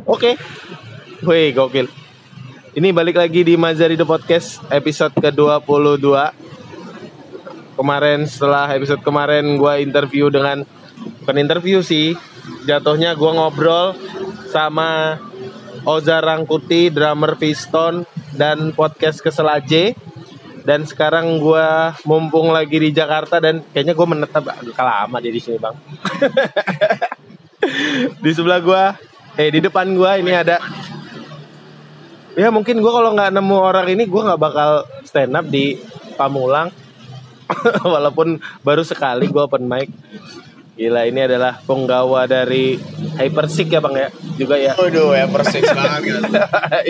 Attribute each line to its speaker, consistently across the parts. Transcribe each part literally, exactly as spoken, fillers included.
Speaker 1: Oke. Wih, gokil. Ini balik lagi di Mazari The Podcast episode ke dua puluh dua. Kemarin setelah episode kemarin gue interview dengan bukan interview sih, jatuhnya gue ngobrol sama Oza Rangkuti, drummer Piston dan podcast Keselaje. Dan sekarang gue mumpung lagi di Jakarta dan kayaknya gue menetap kalah lama di sini, Bang. Di sebelah gue, eh di depan gue ini ada. Ya mungkin gue kalau nggak nemu orang ini gue nggak bakal stand up di Pamulang. Walaupun baru sekali gue open mic. Gila, ini adalah penggawa dari Hypersick ya Bang ya, juga ya.
Speaker 2: Waduh, Hypersick banget kan.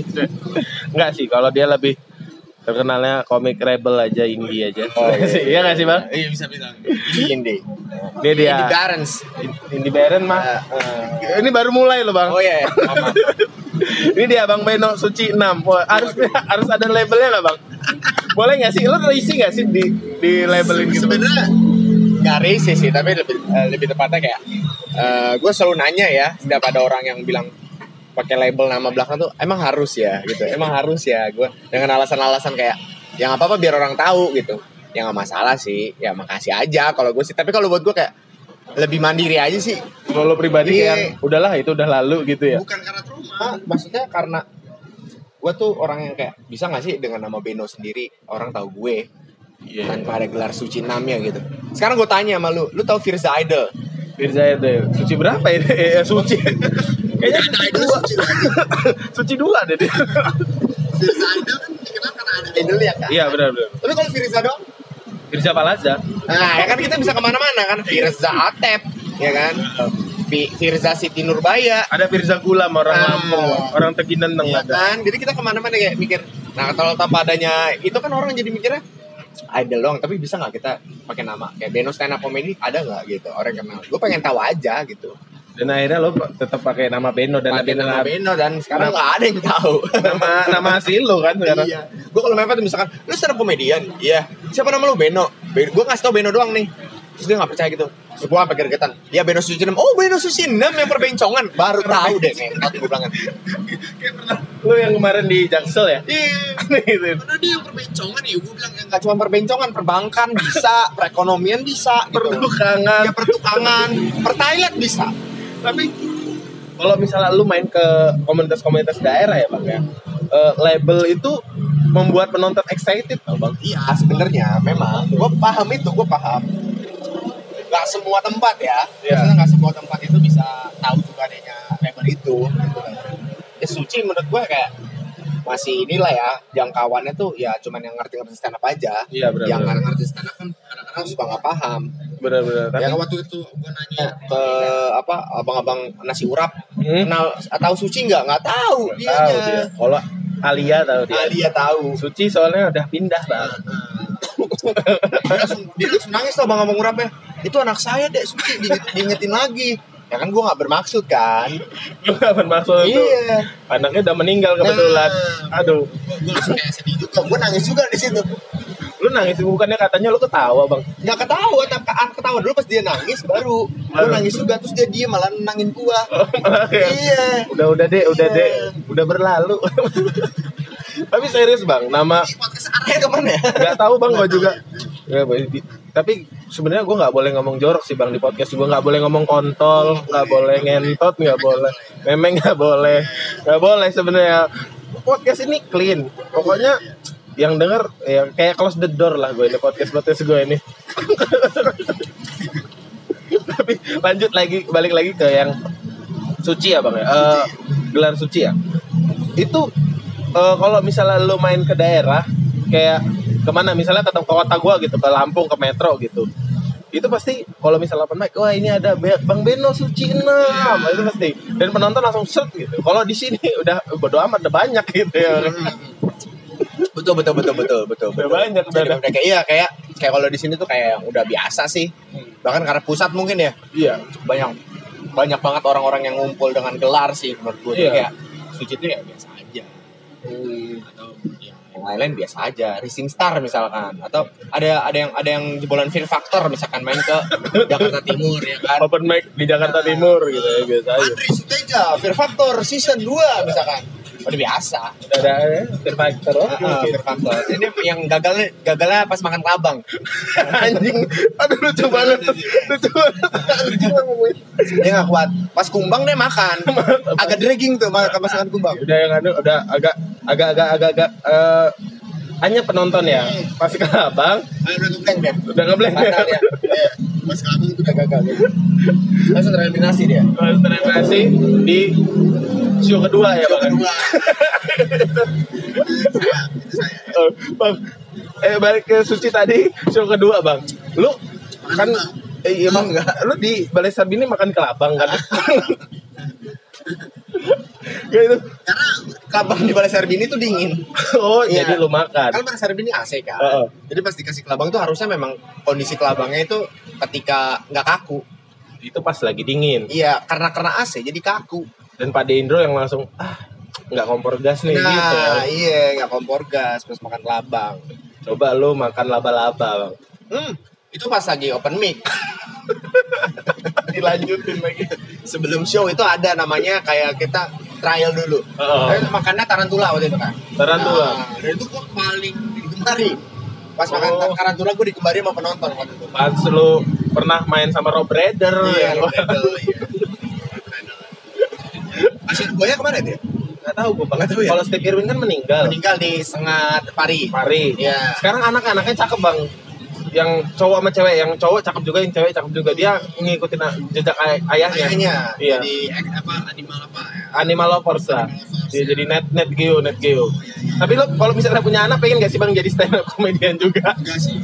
Speaker 1: Enggak sih, kalau dia lebih terkenalnya komik rebel aja, indie aja.
Speaker 2: Oh, iya, iya,
Speaker 1: iya nggak sih Bang?
Speaker 2: Iya bisa bilang. Ini indie.
Speaker 1: Dia dia.
Speaker 2: Indie Barons.
Speaker 1: Indie Baron mah. Uh, ini baru mulai loh Bang.
Speaker 2: Oh iya, maaf.
Speaker 1: Ini dia Bang Beno Suci enam. Wah, harus harus ada labelnya lah Bang. Boleh nggak sih? Lo terisi nggak sih di di labelin gitu?
Speaker 2: Sebenarnya nggak risih sih, tapi lebih uh, lebih tepatnya kayak uh, gue selalu nanya ya, setiap ada orang yang bilang pakai label nama belakang tuh emang harus ya gitu, emang harus ya, gue dengan alasan-alasan kayak yang apa apa biar orang tahu gitu, ya nggak masalah sih, ya makasih aja kalau gue sih, tapi kalau buat gue kayak lebih mandiri aja sih.
Speaker 1: Kalau lo pribadi
Speaker 2: Iya.
Speaker 1: kayak udahlah itu udah lalu gitu ya.
Speaker 2: Bukan karena trauma, maksudnya karena gue tuh orang yang kayak bisa nggak sih dengan nama Beno sendiri orang tahu gue. Yeah. Tanpa ada gelar Suci enam ya gitu. Sekarang gue tanya sama lu, lu tahu Firza Idol?
Speaker 1: Firza Idol, Suci berapa ini? Eh, Suci. Kayaknya
Speaker 2: ada Idol Suci lagi.
Speaker 1: Suci dua deh dia.
Speaker 2: Firza Idol kan dikenal karena ada Idol ya kan?
Speaker 1: Iya benar-benar.
Speaker 2: Tapi kalau Firza dong?
Speaker 1: Firza Palaza.
Speaker 2: Nah ya kan kita bisa kemana-mana kan. Firza Atep, ya kan? Firza Siti Nurbaya.
Speaker 1: Ada Firza Gulam orang
Speaker 2: ah.
Speaker 1: Lampung, orang Teginendeng
Speaker 2: ya
Speaker 1: ada.
Speaker 2: Kan? Jadi kita kemana-mana kayak mikir. Nah kalau tanpa adanya itu kan orang jadi mikirnya Idol dong, tapi bisa nggak kita pakai nama kayak Beno stand up comedy, ada nggak gitu orang kenal? Gue pengen tahu aja gitu.
Speaker 1: Dan akhirnya lo tetap pakai nama Beno dan
Speaker 2: pakai nama Beno dan sekarang nggak ada yang tahu
Speaker 1: nama nama asli lo kan sekarang.
Speaker 2: Iya. Gue kalau mepet misalkan lu stand up comedian, iya. Siapa nama lu? Beno. Gue ngasih tau Beno doang nih. Terus dia nggak percaya gitu. Terus gue sampai gergetan. Dia Beno Suci enam. Oh Beno Suci enam yang perbencongan. Baru tahu deh ngentot gue bilang.
Speaker 1: Kayak pernah lu yang kemarin di Jaksel ya?
Speaker 2: Iya. Karena dia yang perbencongan ya. Gue bilang nggak cuma perbencongan, perbankan bisa, perekonomian bisa, gitu.
Speaker 1: Pertukangan.
Speaker 2: Ya pertukangan, pertailet bisa.
Speaker 1: Tapi kalau misalnya lu main ke komunitas-komunitas daerah ya Bang ya, uh, label itu membuat penonton excited tau Bang.
Speaker 2: Iya sebenarnya memang gue paham itu, gue paham. Gak semua tempat ya,
Speaker 1: yeah.
Speaker 2: Biasanya gak semua tempat itu bisa tahu juga adanya label itu gitu kan. Ya Suci menurut gue kayak masih inilah ya, jangkauannya tuh ya cuman yang ngerti-ngerti stand up aja.
Speaker 1: Iya, bener,
Speaker 2: yang
Speaker 1: bener.
Speaker 2: gak ngerti stand up kan kadang-kadang suka gak paham.
Speaker 1: Benar-benar.
Speaker 2: Ya waktu itu gue nanya ke apa abang-abang nasi urap, hmm? kenal atau Suci nggak? Nggak tahu dia.
Speaker 1: Tahu dia. Kalau Alia tahu dia.
Speaker 2: Alia tahu.
Speaker 1: Suci soalnya udah pindah Bang.
Speaker 2: dia, langsung, dia langsung nangis tuh abang-abang urapnya. Itu anak saya dek Suci, diingetin lagi. Ya kan gue gak bermaksud kan.
Speaker 1: Lu gak bermaksud tuh.
Speaker 2: Iya.
Speaker 1: Anaknya udah meninggal kebetulan.
Speaker 2: Nah,
Speaker 1: Aduh.
Speaker 2: Gue langsung kayak sedih juga. Gue nangis juga di situ.
Speaker 1: Lu nangis bukannya katanya lu ketawa Bang?
Speaker 2: Gak ketawa, tapi ketawa dulu pas dia nangis baru. Gue nangis juga terus dia diem malah nangin gue.
Speaker 1: Oh, ya. Iya. Udah udah deh, udah iya. deh. Udah berlalu. Tapi serius Bang, nama
Speaker 2: podcast arahnya kemana ya?
Speaker 1: Gak tahu Bang, gue juga. Ya, tapi sebenarnya gue nggak boleh ngomong jorok sih Bang di podcast. Gue nggak boleh ngomong kontol, nggak boleh ngentot, nggak boleh memeng, nggak boleh, nggak boleh sebenarnya. Podcast ini clean. Pokoknya yang denger ya kayak close the door lah gue ini podcast podcast gue ini. Tapi lanjut lagi, balik lagi ke yang Suci ya Bang ya. Uh, gelar Suci ya. Itu uh, kalau misalnya lo main ke daerah kayak kemana misalnya ke kota gua gitu, ke Lampung, ke Metro gitu, itu pasti kalau misalnya open mic, wah ini ada Bang Beno Suci enam, itu pasti, dan penonton langsung set gitu. Kalau di sini udah bodo amat, udah banyak gitu ya.
Speaker 2: betul betul betul betul betul
Speaker 1: udah banyak udah,
Speaker 2: udah, udah kayak iya kayak kayak kalau di sini tuh kayak udah biasa sih, bahkan karena pusat mungkin ya.
Speaker 1: Iya,
Speaker 2: banyak banyak banget orang-orang yang ngumpul dengan gelar sih menurut gue. Iya. Kayak Suci itu ya biasa aja. Hmm. Atau ya Yang lain-lain biasa aja, Rising Star misalkan, atau ada ada yang ada yang jebolan Fear Factor misalkan main ke Jakarta Timur ya kan.
Speaker 1: Open mic di Jakarta Timur gitu ya biasa aja.
Speaker 2: Andri Suteja, Fear Factor season dua misalkan. Udah biasa.
Speaker 1: Udah ada ya, Fear Factor.
Speaker 2: Uh, Fear Factor. Ini yang gagalnya gagalnya pas makan kelabang.
Speaker 1: Anjing, aduh lucu banget. Lucu banget.
Speaker 2: Dia nggak kuat. Pas kumbang dia makan. Agak dragging tuh makan masakan kumbang.
Speaker 1: Udah yang anu udah agak agak agak agak agak uh, hanya penonton ya. Pas ke abang,
Speaker 2: udah ngeblank dia.
Speaker 1: udah ngeblank ya.
Speaker 2: ya. Pas ke abang udah gagal. Langsung tereliminasi dia.
Speaker 1: Langsung tereliminasi di show kedua ya
Speaker 2: Show
Speaker 1: bang.
Speaker 2: kedua. Saya, itu saya.
Speaker 1: Oh, bang, eh balik ke Suci tadi show kedua bang. Lu kan eh, iya bang enggak. Lu di Balai Sarbini makan kelabang kan? Gak itu.
Speaker 2: Karena kelabang di Balai Sarbini tuh dingin.
Speaker 1: Oh,
Speaker 2: Iya.
Speaker 1: jadi lu makan.
Speaker 2: Kan Balai Sarbini A C kan.
Speaker 1: Uh-uh.
Speaker 2: Jadi pas dikasih kelabang tuh harusnya memang kondisi kelabangnya itu ketika nggak kaku.
Speaker 1: Itu pas lagi dingin.
Speaker 2: Iya, karena karena A C jadi kaku.
Speaker 1: Dan Pak Dendro yang langsung ah nggak kompor gas nih
Speaker 2: Nah,
Speaker 1: gitu ya.
Speaker 2: iya nggak kompor gas pas makan kelabang.
Speaker 1: Coba lu makan laba-laba bang.
Speaker 2: Hmm, itu pas lagi open mic.
Speaker 1: Dilanjutin lagi.
Speaker 2: Sebelum show itu ada namanya kayak kita trial dulu.
Speaker 1: Oh.
Speaker 2: Tapi makannya tarantula waktu itu kan.
Speaker 1: Tarantula.
Speaker 2: Nah, dan itu gua paling digemari. Pas makan
Speaker 1: Oh.
Speaker 2: tarantula gua digemari sama penonton waktu itu.
Speaker 1: Pas lu pernah main sama Rob Raider.
Speaker 2: Iya, Rob Riddle, iya. Asyik gue kemana dia?
Speaker 1: Nggak tahu gue bang.
Speaker 2: Nggak tahu ya?
Speaker 1: Kalau Steve Irwin kan meninggal.
Speaker 2: Meninggal di Sengat Pari.
Speaker 1: Pari.
Speaker 2: Iya.
Speaker 1: Sekarang anak-anaknya cakep bang. Yang cowok sama cewek, yang cowok cakep juga, yang cewek cakep juga. Dia ngikutin jejak ay- ayahnya.
Speaker 2: Ayahnya.
Speaker 1: Iya.
Speaker 2: Jadi ek- apa animal apa ya?
Speaker 1: Animal lovers lah. Dia jadi net net geo net geo. Tapi lo kalau misalnya punya anak pengen gak sih bang jadi stand up comedian juga?
Speaker 2: Enggak sih.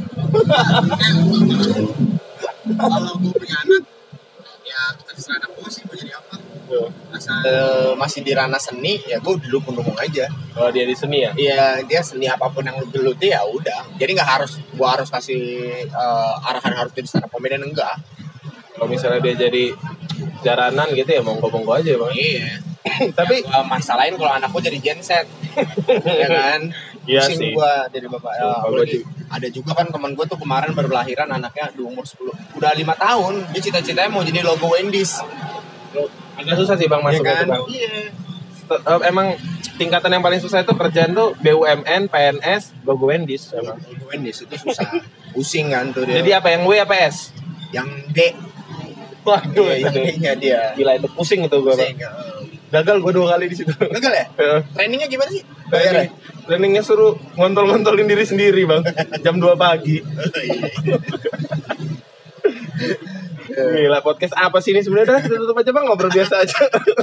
Speaker 2: Kalau gue punya anak, ya terserah anak gue sih mau jadi apa. Asal uh, masih di ranah seni, ya gue dulu pendukung aja.
Speaker 1: Oh dia di seni ya?
Speaker 2: Iya, dia seni apapun yang lu geluti ya udah. Jadi nggak harus, gue harus kasih uh, arahan harus jadi stand up comedian, enggak.
Speaker 1: Kalau misalnya dia jadi jaranan gitu ya monggo-monggo aja bang.
Speaker 2: Iya.
Speaker 1: Tapi
Speaker 2: Gua masalahin kalau anak gue jadi genset, ya kan?
Speaker 1: Iya
Speaker 2: Pusing
Speaker 1: sih.
Speaker 2: gue jadi bapak. Ya,
Speaker 1: Sumpah,
Speaker 2: gua
Speaker 1: gua
Speaker 2: di-
Speaker 1: juga.
Speaker 2: ada juga kan teman gue tuh kemarin baru lahiran anaknya di umur sepuluh, udah lima tahun. Dia cita-citanya mau jadi logo Wendy's.
Speaker 1: agak susah sih bang
Speaker 2: Ya
Speaker 1: masuk
Speaker 2: kan?
Speaker 1: itu bang.
Speaker 2: Iya.
Speaker 1: T- eh, Emang tingkatan yang paling susah itu kerjaan tuh B U M N, P N S, logo Wendy's emang.
Speaker 2: Logo Wendy's itu susah. Pusing kan tuh dia.
Speaker 1: Jadi apa yang W apa S?
Speaker 2: Yang D.
Speaker 1: Waduh,
Speaker 2: Iya, yang
Speaker 1: itu.
Speaker 2: D-nya dia.
Speaker 1: Gila itu pusing itu gue bang.
Speaker 2: Pusing. ya.
Speaker 1: Gagal gue dua kali di situ.
Speaker 2: Gagal ya?
Speaker 1: Heeh.
Speaker 2: Trainingnya gimana sih? Bayar ya?
Speaker 1: Trainingnya suruh ngontol-ngontolin diri sendiri bang. Jam dua pagi. Gila podcast apa sih ini sebenarnya? Udah, kita tutup aja bang, ngobrol biasa aja.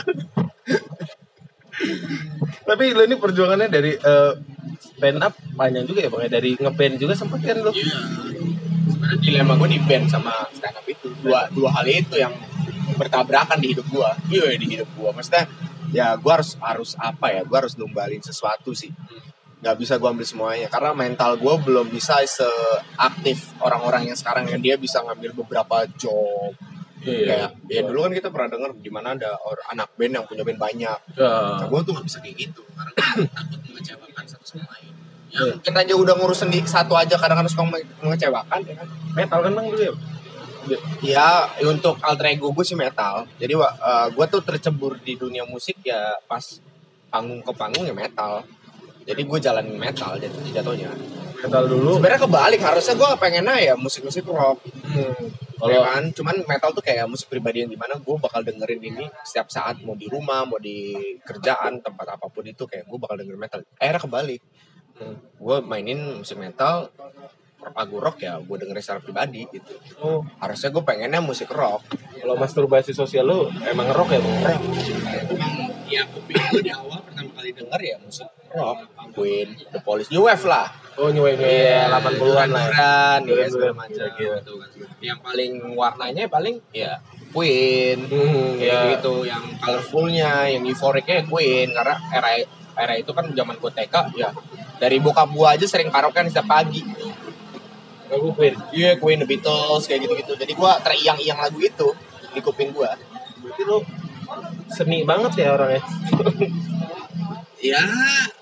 Speaker 1: Tapi lo ini perjuangannya dari uh, stand up panjang juga ya bang ya, dari ngeband juga sempat kan lo?
Speaker 2: Iya. Sebenarnya dilema gue di band sama stand up itu. Dua dua hal itu yang bertabrakan di hidup gue. Iya di hidup gue. Maksudnya ya gue harus harus apa ya? Gue harus numbalin sesuatu sih. Gak bisa gue ambil semuanya karena mental gue belum bisa seaktif orang-orang yang sekarang yang dia bisa ngambil beberapa job. Kayak ya dulu kan kita pernah dengar di mana ada or- anak band yang punya band banyak. Nah, gue tuh gak bisa kayak gitu karena gua takut mengecewakan satu sama lain. Ya, kita aja udah ngurus sendi- satu aja kadang-kadang suka menge- mengecewakan ya kan.
Speaker 1: Metal kan bang dulu ya?
Speaker 2: Ya untuk alter ego gue sih metal. Jadi uh, gue tuh tercebur di dunia musik ya pas panggung ke panggung ya metal. Jadi gue jalanin metal jadi jatuhnya.
Speaker 1: Metal dulu.
Speaker 2: Sebenarnya kebalik, harusnya gue pengennya ya musik-musik rock.
Speaker 1: Hmm.
Speaker 2: Kalau
Speaker 1: Kalau
Speaker 2: kan, cuman metal tuh kayak musik pribadi yang dimana gue bakal dengerin ini setiap saat, mau di rumah, mau di kerjaan, tempat apapun itu kayak gue bakal dengerin metal. Akhirnya kebalik,
Speaker 1: hmm.
Speaker 2: gue mainin musik metal, lagu rock ya gue dengerin secara pribadi gitu.
Speaker 1: Oh,
Speaker 2: Harusnya gue pengennya musik rock.
Speaker 1: kalau masturbasi sosial lu emang rock ya bang?
Speaker 2: Rock. Emang ya kuping gue di awal pertama kali denger ya musik rock, Queen, The Police, New Wave lah.
Speaker 1: Oh nyuwe nyuwe delapan puluhan lah. ya.
Speaker 2: Duran, ya segala
Speaker 1: Duran,
Speaker 2: macam
Speaker 1: gitu.
Speaker 2: gitu kan. Yang paling warnanya paling ya Queen,
Speaker 1: Hmm,
Speaker 2: ya
Speaker 1: ya.
Speaker 2: gitu, yang colorfulnya, yang euphoricnya Queen karena era era itu kan zaman gue T K ya. Dari bokap gue aja sering karaokean setiap pagi.
Speaker 1: Lagu Queen.
Speaker 2: Iya, yeah, Queen, The Beatles kayak gitu-gitu. Jadi gue teriang-iang lagu itu di kuping gue.
Speaker 1: Berarti lu seni banget ya orangnya.
Speaker 2: Ya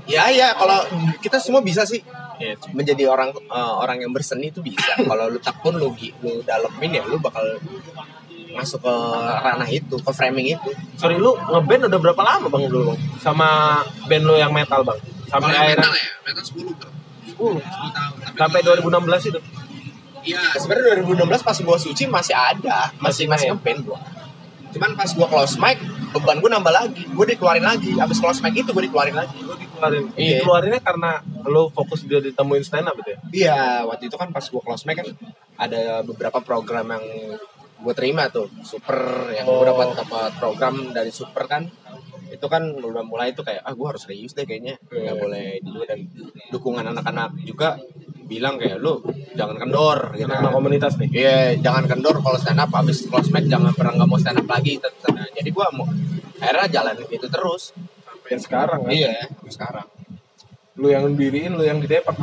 Speaker 2: Ya ya, kalau kita semua bisa sih
Speaker 1: Iya.
Speaker 2: menjadi orang uh, orang yang berseni itu bisa. Kalau lu tekun lu gi- lu dalemin ya lu bakal masuk ke ranah itu, ke framing itu.
Speaker 1: Sorry, lu ngeband udah berapa lama bang dulu bang? Sama band lu yang metal bang? Sampai
Speaker 3: Kalau
Speaker 1: akhirnya
Speaker 3: metal ya, metal sepuluh bro.
Speaker 1: sepuluh
Speaker 3: sepuluh tahun. Tapi
Speaker 1: sampai dua ribu enam belas itu.
Speaker 3: Iya,
Speaker 2: Sebenarnya dua ribu enam belas pas gua suci masih ada, masih
Speaker 1: Masih
Speaker 2: masih
Speaker 1: main.
Speaker 2: ngeband gua. Cuman pas gua close mic, beban gua nambah lagi. Gua dikeluarin lagi. Abis close mic itu gua dikeluarin lagi.
Speaker 1: Lu dikeluarin.
Speaker 2: Iya.
Speaker 1: Dikeluarinnya karena lu fokus dia ditemuin stand up gitu ya?
Speaker 2: Iya, waktu itu kan pas gua close mic kan ada beberapa program yang gue terima tuh, super yang
Speaker 1: Oh.
Speaker 2: gue dapat dapat program dari super kan. Itu kan udah mulai tuh kayak ah gue harus serius deh kayaknya, nggak
Speaker 1: Iya.
Speaker 2: boleh dulu, dan dukungan anak-anak juga bilang kayak lu jangan kendor gitu.
Speaker 1: Sama komunitas nih.
Speaker 2: Iya, jangan kendor kalau stand up habis close mic jangan pernah nggak mau stand up lagi. Nah, jadi gue mau akhirnya jalan itu terus.
Speaker 1: Sampai sekarang kan?
Speaker 2: Iya, sampai sekarang.
Speaker 1: Lu yang diriin, lu yang didepak.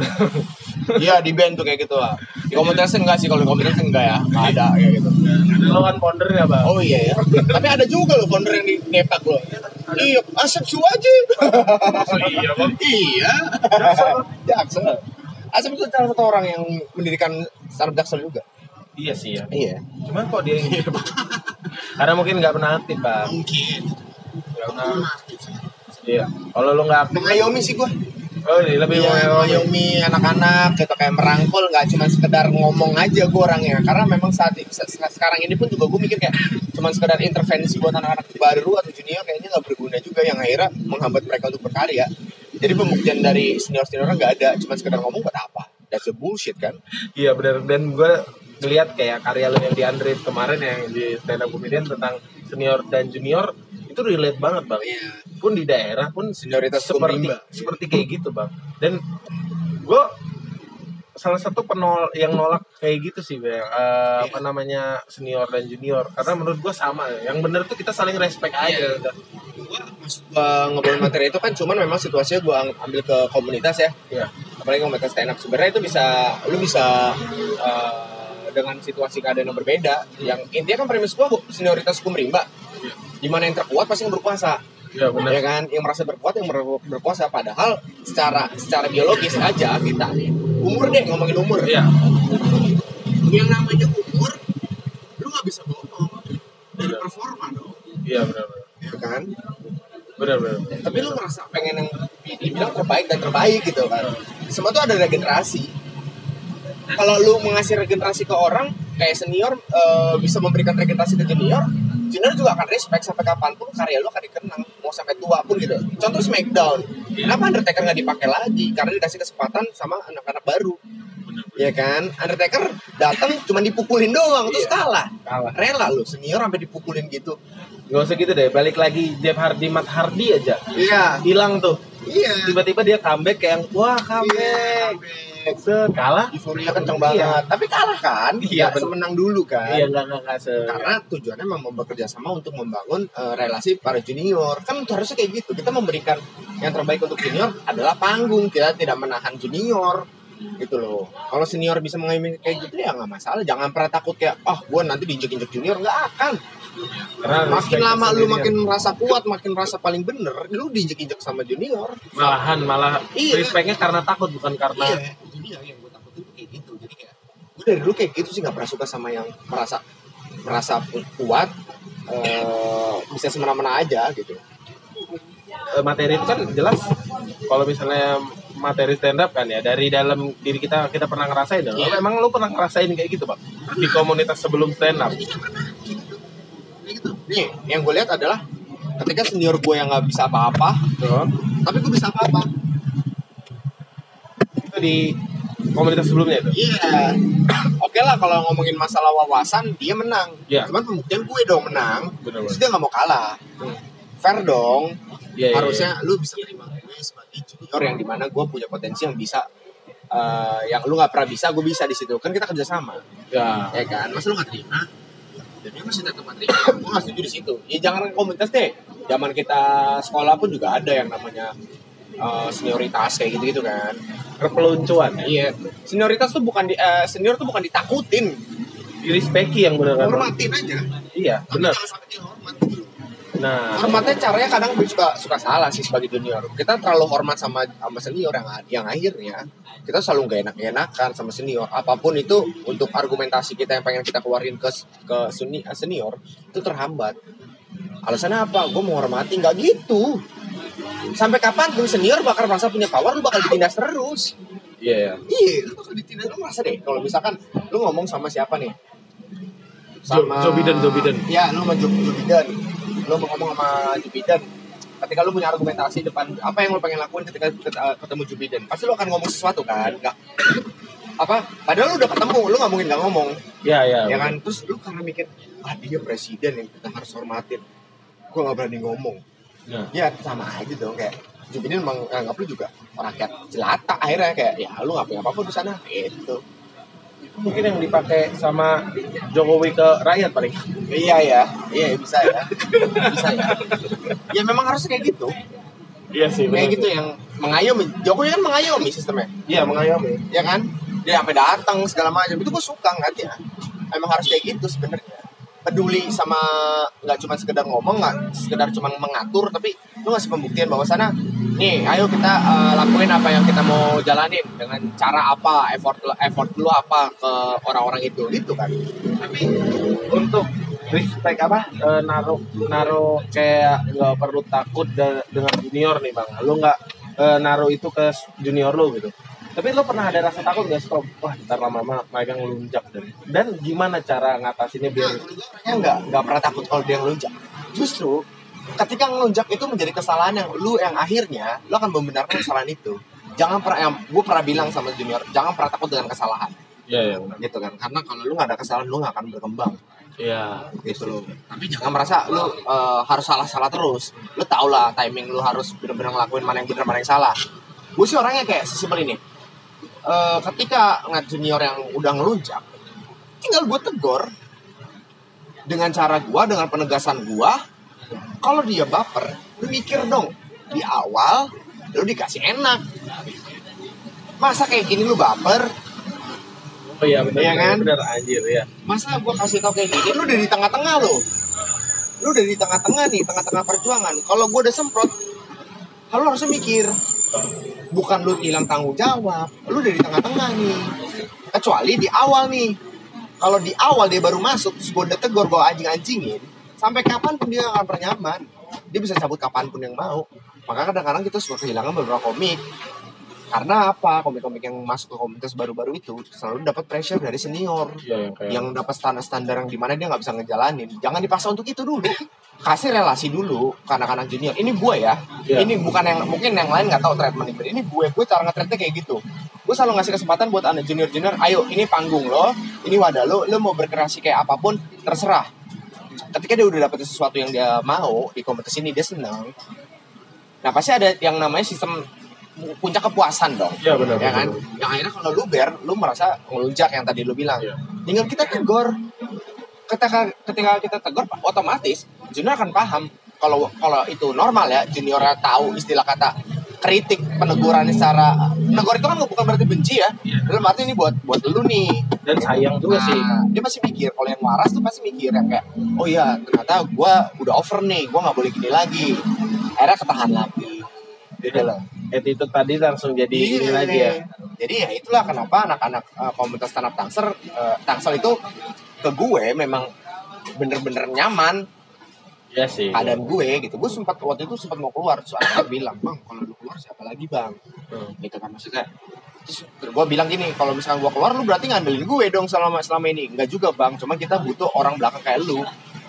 Speaker 2: Iya di band tuh kayak gitu lah. Di komunitas enggak sih, kalau di komunitas enggak ya, nggak ada kayak gitu.
Speaker 1: Lu kan foundernya bang.
Speaker 2: Oh iya ya. Tapi ada juga loh founder yang di depak loh. Iya, Asep Suwaji.
Speaker 1: Iya bang.
Speaker 2: Iya. Jaksel. Asep itu salah satu orang yang mendirikan startup Jaksel juga.
Speaker 1: Iya sih ya.
Speaker 2: Iya.
Speaker 1: Cuman kok dia yang karena mungkin nggak pernah aktif bang.
Speaker 3: mungkin.
Speaker 1: Nggak pernah. Iya. Kalau lu nggak aktif,
Speaker 2: Mengayomi sih gua.
Speaker 1: oh iya, lebih
Speaker 2: Iya,
Speaker 1: mau
Speaker 2: mengayomi anak-anak gitu, kayak merangkul, nggak cuma sekedar ngomong aja gue orangnya. Karena memang saat se- sekarang ini pun juga gue mikir kayak cuma sekedar intervensi buat anak-anak baru atau junior kayaknya nggak berguna juga, yang akhirnya menghambat mereka untuk berkarya. Jadi pembuktian dari senior-senior nggak ada, cuma sekedar ngomong buat apa? That's a bullshit kan?
Speaker 1: Iya benar, dan gue ngeliat kayak karya lu yang di Android kemarin yang di stand up comedian tentang senior dan junior itu relate banget bang.
Speaker 3: Iya.
Speaker 1: Pun di daerah pun
Speaker 2: Senioritas
Speaker 1: seperti
Speaker 2: perimba.
Speaker 1: seperti kayak gitu bang. Dan gue salah satu penol yang nolak kayak gitu sih bang. Eh, apa namanya senior dan junior, karena menurut gue sama. Yang bener tuh kita saling respect aja.
Speaker 3: Iya.
Speaker 1: udah.
Speaker 3: Gua maksud
Speaker 2: Gue ngobrol materi itu kan cuman memang situasinya gue ambil ke komunitas ya.
Speaker 1: Iya.
Speaker 2: Apalagi komunitas stand up, sebenarnya itu bisa lu bisa uh, dengan situasi keadaan yang berbeda. Yang intinya kan premis gue senioritas hukum rimba, dimana yang terkuat pasti yang berkuasa,
Speaker 1: Iya benar.
Speaker 2: ya kan, yang merasa berkuat yang ber- berkuasa. Padahal secara secara biologis aja kita umur deh, ngomongin umur.
Speaker 1: Iya.
Speaker 3: yang namanya umur, lu nggak bisa bohong dari performa dong,
Speaker 1: Iya benar.
Speaker 2: Ya kan,
Speaker 1: Benar benar.
Speaker 2: tapi lu merasa pengen yang dibilang terbaik dan terbaik gitu kan. Semua tuh ada regenerasi. Kalau lu mengasih regenerasi ke orang kayak senior, eh, bisa memberikan regenerasi ke junior, junior juga akan respect sampai kapanpun, karya lu akan dikenang mau sampai tua pun gitu. Contoh Smackdown, kenapa Undertaker nggak dipakai lagi? Karena dikasih kesempatan sama anak-anak baru, ya kan? Undertaker datang cuma dipukulin doang, terus
Speaker 1: Iya.
Speaker 2: kalah.
Speaker 1: Kalah.
Speaker 2: Rela lu senior sampai dipukulin gitu.
Speaker 1: Gak usah gitu deh, balik lagi Jeff Hardy, Matt Hardy aja
Speaker 2: Iya,
Speaker 1: hilang tuh.
Speaker 3: iya,
Speaker 1: Tiba-tiba dia comeback kayak yang wah comeback. Set, kalah.
Speaker 2: euforia kenceng banget, tapi kalah kan?
Speaker 1: Iya,
Speaker 2: Nggak
Speaker 1: bener.
Speaker 2: semenang dulu kan?
Speaker 1: Iya nggak nggak nggak se.
Speaker 2: Karena tujuannya memang bekerja sama untuk membangun eh, relasi para junior. Kan harusnya kayak gitu, kita memberikan yang terbaik untuk junior adalah panggung, kita tidak menahan junior gitu loh. Kalau senior bisa mengayomi kayak gitu ya nggak masalah, jangan pernah takut kayak ah gue nanti diinjek-injek junior, nggak akan.
Speaker 1: Karena
Speaker 2: Makin
Speaker 1: respect
Speaker 2: lama lu
Speaker 1: sendirian.
Speaker 2: makin merasa kuat, makin merasa paling bener, lu diinjek-injek sama junior.
Speaker 1: malahan malah
Speaker 2: Iya.
Speaker 1: respectnya karena takut bukan karena
Speaker 2: Iya, itu dia yang gue takutin tuh kayak gitu. Jadi kayak gue dari dulu kayak gitu sih, nggak pernah suka sama yang merasa merasa kuat, eh, bisa semena-mena aja gitu.
Speaker 1: eh, materi itu kan jelas. Kalau misalnya materi stand up kan ya dari dalam diri kita kita pernah ngerasain dong.
Speaker 2: Iya.
Speaker 1: Emang lu pernah ngerasain kayak gitu bang di komunitas sebelum stand up?
Speaker 3: kayak gitu.
Speaker 2: Nih, yang gue lihat adalah ketika senior gue yang nggak bisa apa-apa,
Speaker 1: Tuh.
Speaker 2: tapi gue bisa apa-apa.
Speaker 1: Itu di komunitas sebelumnya itu.
Speaker 2: Iya. Oke lah, kalau ngomongin masalah wawasan, dia menang.
Speaker 1: Iya.
Speaker 2: Cuman pembuktian gue dong menang.
Speaker 1: Benar,
Speaker 2: Terus dia nggak mau kalah. Fair dong.
Speaker 1: Iya, iya,
Speaker 2: Harusnya lu bisa terima gue sebagai junior yang dimana gue punya potensi yang bisa, eh, yang lu nggak pernah bisa, gue bisa di situ. Kan kita kerjasama,
Speaker 1: iya.
Speaker 2: ya kan?
Speaker 3: Masa lu nggak terima?
Speaker 2: Dan dia masih tetap terima. Gue nggak setuju di situ. Ya jangan komunitas deh. Zaman kita sekolah pun juga ada yang namanya eh, senioritas kayak gitu-gitu kan.
Speaker 1: Perpeluncuan ya.
Speaker 2: Iya. Senioritas tuh bukan di, eh, senior tuh bukan ditakutin,
Speaker 1: Direspeki yang benar kan.
Speaker 3: Hormatin aja.
Speaker 1: Iya
Speaker 3: Tapi
Speaker 1: benar.
Speaker 3: jangan sampai dihormat gitu.
Speaker 1: Nah,
Speaker 2: Hormatnya caranya kadang suka suka salah sih sebagai junior. Kita terlalu hormat sama sama senior yang yang akhirnya kita selalu gak enak-enakan sama senior. Apapun itu untuk argumentasi kita yang pengen kita keluarin ke ke seni- senior itu terhambat. Alasannya apa? Gue mau hormati, nggak gitu. Sampai kapan pun senior bakal merasa punya power, lu bakal ditindas terus.
Speaker 1: iya ya.
Speaker 2: Iya, lu bakal ditindas. Lu merasa deh kalau misalkan lu ngomong sama siapa nih?
Speaker 1: Jo- Joe Biden, Joe Biden.
Speaker 2: Ya, lu sama Joe, Joe Biden. Lu mau ngomong sama Joe Biden. Ketika lu punya argumentasi depan apa yang lu pengen lakuin ketika ketemu Joe Biden, pasti lu akan ngomong sesuatu kan? Enggak. Apa? Padahal lu udah ketemu, lu nggak mungkin nggak ngomong.
Speaker 1: Iya, iya.
Speaker 2: Ya kan? Terus lu karena mikir, ah dia presiden yang kita harus hormatin. Gue nggak berani ngomong.
Speaker 1: Nah.
Speaker 2: Ya sama aja dong kayak Joe Biden emang nganggap lu juga rakyat jelata akhirnya kayak ya lu nggak punya apa-apa di sana itu.
Speaker 1: Mungkin yang dipakai sama Jokowi ke rakyat paling.
Speaker 2: Iya ya, iya bisa ya, bisa ya. Ya memang harus kayak gitu.
Speaker 1: Iya sih.
Speaker 2: Kayak gitu yang mengayomi. Jokowi kan mengayomi sistemnya.
Speaker 1: Iya, mengayomi.
Speaker 2: Ya kan? Dia sampai datang segala macam. Itu gue suka ngeliatnya. Emang harus kayak gitu sebenarnya. Peduli sama nggak cuma sekedar ngomong, nggak sekedar cuma mengatur, tapi lu ngasih pembuktian bahwa sana nih, ayo kita uh, lakuin apa yang kita mau jalanin dengan cara apa, effort effort lu apa ke orang-orang itu, itu kan.
Speaker 1: Tapi untuk respect apa e, naruh naruh kayak nggak perlu takut da- dengan junior nih bang, lu nggak e, naruh itu ke junior lu gitu. Tapi lu pernah ada rasa takut nggak sih kalau wah ntar lama-lama mereka ngelunjak dan dan gimana cara ngatasinnya biar
Speaker 2: Nah, enggak enggak pernah takut kalau dia ngelunjak. Justru ketika ngelunjak itu menjadi kesalahan yang lu yang akhirnya lu akan membenarkan kesalahan itu. Jangan pernah, yang gue pernah bilang sama junior, jangan pernah takut dengan kesalahan.
Speaker 1: Iya, iya benar.
Speaker 2: Gitu kan, karena kalau lu nggak ada kesalahan lu nggak akan berkembang.
Speaker 1: Iya,
Speaker 2: Gitu loh. Tapi jangan merasa lu uh, harus salah-salah terus. Lu tau lah timing lu harus benar-benar ngelakuin mana yang benar mana yang salah. Gue sih orangnya kayak sesimpel ini. Uh, ketika ngeliat junior yang udah ngelunjak, tinggal gue tegur dengan cara gue, dengan penegasan gue. Kalau dia baper, lu mikir dong di awal lu dikasih enak. Masa kayak gini lu baper?
Speaker 1: oh iya benar,
Speaker 2: Iya kan?
Speaker 1: benar anjir ya.
Speaker 2: Masa gue kasih tau kayak gini, lu udah di tengah-tengah lo. Lu udah di tengah-tengah nih, tengah-tengah perjuangan. Kalau gue udah semprot, lu harusnya mikir. Bukan lu hilang tanggung jawab, lu udah di tengah-tengah nih. Kecuali di awal nih. Kalau di awal dia baru masuk, terus gue udah tegur, gue anjing-anjingin, sampai kapanpun dia gak akan pernah nyaman. Dia bisa cabut kapanpun yang mau. Maka kadang-kadang kita suka kehilangan beberapa komik. Karena apa? Komik-komik yang masuk ke komunitas baru-baru itu selalu dapat pressure dari senior.
Speaker 1: Iya, yang kayak
Speaker 2: Yang dapat standar-standar yang dimana dia nggak bisa ngejalanin. Jangan dipaksa untuk itu dulu. Kasih relasi dulu ke anak-anak junior. Ini gue ya.
Speaker 1: Iya.
Speaker 2: Ini bukan yang mungkin yang lain nggak tahu treatment ini. Ini gue. Gue cara nge-treatnya kayak gitu. Gue selalu ngasih kesempatan buat anak junior-junior. Ayo, ini panggung lo. Ini wadah lo. Lo mau berkreasi kayak apapun, terserah. Ketika dia udah dapet sesuatu yang dia mau di kompetisi ini, dia senang. Nah pasti ada yang namanya sistem puncak kepuasan dong.
Speaker 1: Iya benar.
Speaker 2: Ya
Speaker 1: benar,
Speaker 2: kan?
Speaker 1: benar.
Speaker 2: Yang akhirnya kalau lu ber, lu merasa ngelunjak yang tadi lu bilang.
Speaker 1: Iya.
Speaker 2: Tinggal kita tegur. Ketika ketika kita tegur, otomatis junior akan paham kalau kalau itu normal ya, juniornya tahu istilah kata kritik, peneguran secara menegur itu kan bukan berarti benci ya. Dalam arti ini buat buat lu nih.
Speaker 1: Dan sayang juga
Speaker 2: Nah,
Speaker 1: sih.
Speaker 2: dia pasti mikir, kalau yang waras tuh pasti mikir yang kayak, oh iya ternyata gue udah over nih, gue nggak boleh gini lagi. Akhirnya ketahan lagi. Gitu loh.
Speaker 1: Attitude tadi langsung jadi ini
Speaker 2: Iya.
Speaker 1: lagi ya.
Speaker 2: Jadi ya itulah kenapa anak-anak uh, komunitas stand up Tangsel, uh, Tangsel itu ke gue memang bener-bener nyaman
Speaker 1: Iya sih.
Speaker 2: keadaan gue gitu. Gue sempat waktu itu sempat mau keluar, soalnya bilang, bang kalau lu keluar siapa lagi bang?
Speaker 1: Hmm.
Speaker 2: Gitu kan maksudnya. Terus gue bilang gini, kalau misalkan gue keluar lu berarti ngandelin gue dong selama selama ini. Enggak juga bang, cuma kita butuh orang belakang kayak lu.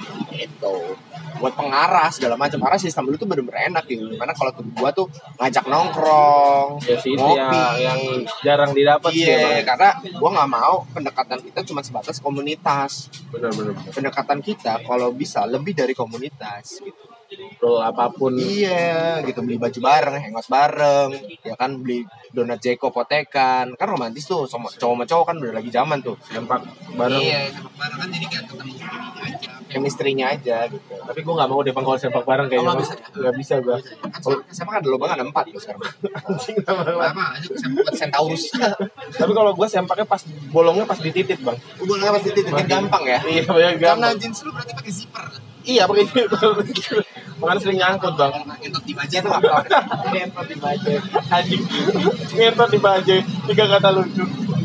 Speaker 2: Gitu. Buat pengarah segala macam. Karena sistem lu tuh bener-bener enak gitu. Dimana kalau ke gue tuh ngajak nongkrong,
Speaker 1: Ya sih itu
Speaker 2: ngopi.
Speaker 1: yang, yang jarang didapat sih ya,
Speaker 2: Iya,
Speaker 1: Bang.
Speaker 2: karena gue nggak mau pendekatan kita cuma sebatas komunitas.
Speaker 1: Benar benar.
Speaker 2: Pendekatan kita kalau bisa lebih dari komunitas gitu.
Speaker 1: Role apapun.
Speaker 2: Iya, gitu beli baju bareng, hangout bareng, ya kan beli donat Jeko potekan, kan romantis tuh, sama cowok sama cowok kan udah lagi zaman tuh.
Speaker 1: Sempak bareng.
Speaker 2: Iya, sempak bareng kan jadi kayak ketemu aja, chemistry-nya aja gitu.
Speaker 1: Tapi gue gak mau deh bang kalau sempak bareng kayaknya.
Speaker 2: Oh, nggak
Speaker 1: Bang.
Speaker 2: bisa ya?
Speaker 1: Nggak bisa gue.
Speaker 2: Kan sekarang sempak ada lubang ada empat loh sekarang.
Speaker 1: Anjing nama-nama.
Speaker 2: Apa? Aja sempak Centaurus.
Speaker 1: Tapi kalau gue sempaknya pas bolongnya pas di titit bang.
Speaker 2: Hubungannya pasti titik gampang ya.
Speaker 1: Iya banyak
Speaker 2: Karena
Speaker 1: gampang.
Speaker 2: jeans lu berarti pakai zipper.
Speaker 1: Iya pakai zipper. Makanya sering nyangkut bang.
Speaker 2: Ngentot di baja tuh nggak tahu.
Speaker 1: Ngentot di baja. Anjing. Ngentot di baja. Tiga kata lucu.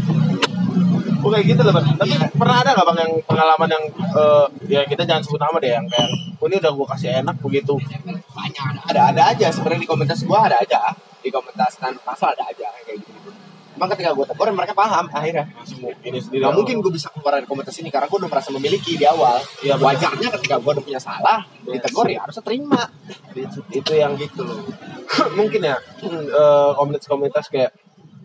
Speaker 1: Oh kayak gitu loh bang. Tapi pernah ada nggak bang yang pengalaman yang uh, ya kita jangan sebut nama deh yang kayak oh, ini udah gue kasih enak begitu.
Speaker 2: Banyak ada ada aja sebenarnya di komunitas gua ada aja di komunitas tanpa pasal ada aja kayak gitu. Emang ketika gue tegur mereka paham akhirnya.
Speaker 1: Ini sendiri.
Speaker 2: Gak mungkin gue bisa keluar dari komunitas ini karena gue udah merasa memiliki di awal.
Speaker 1: Ya,
Speaker 2: wajarnya ketika gue udah punya salah,
Speaker 1: ya,
Speaker 2: ditegur ya harusnya terima.
Speaker 1: Itu, itu yang gitu loh. Mungkin ya uh, komunitas-komunitas kayak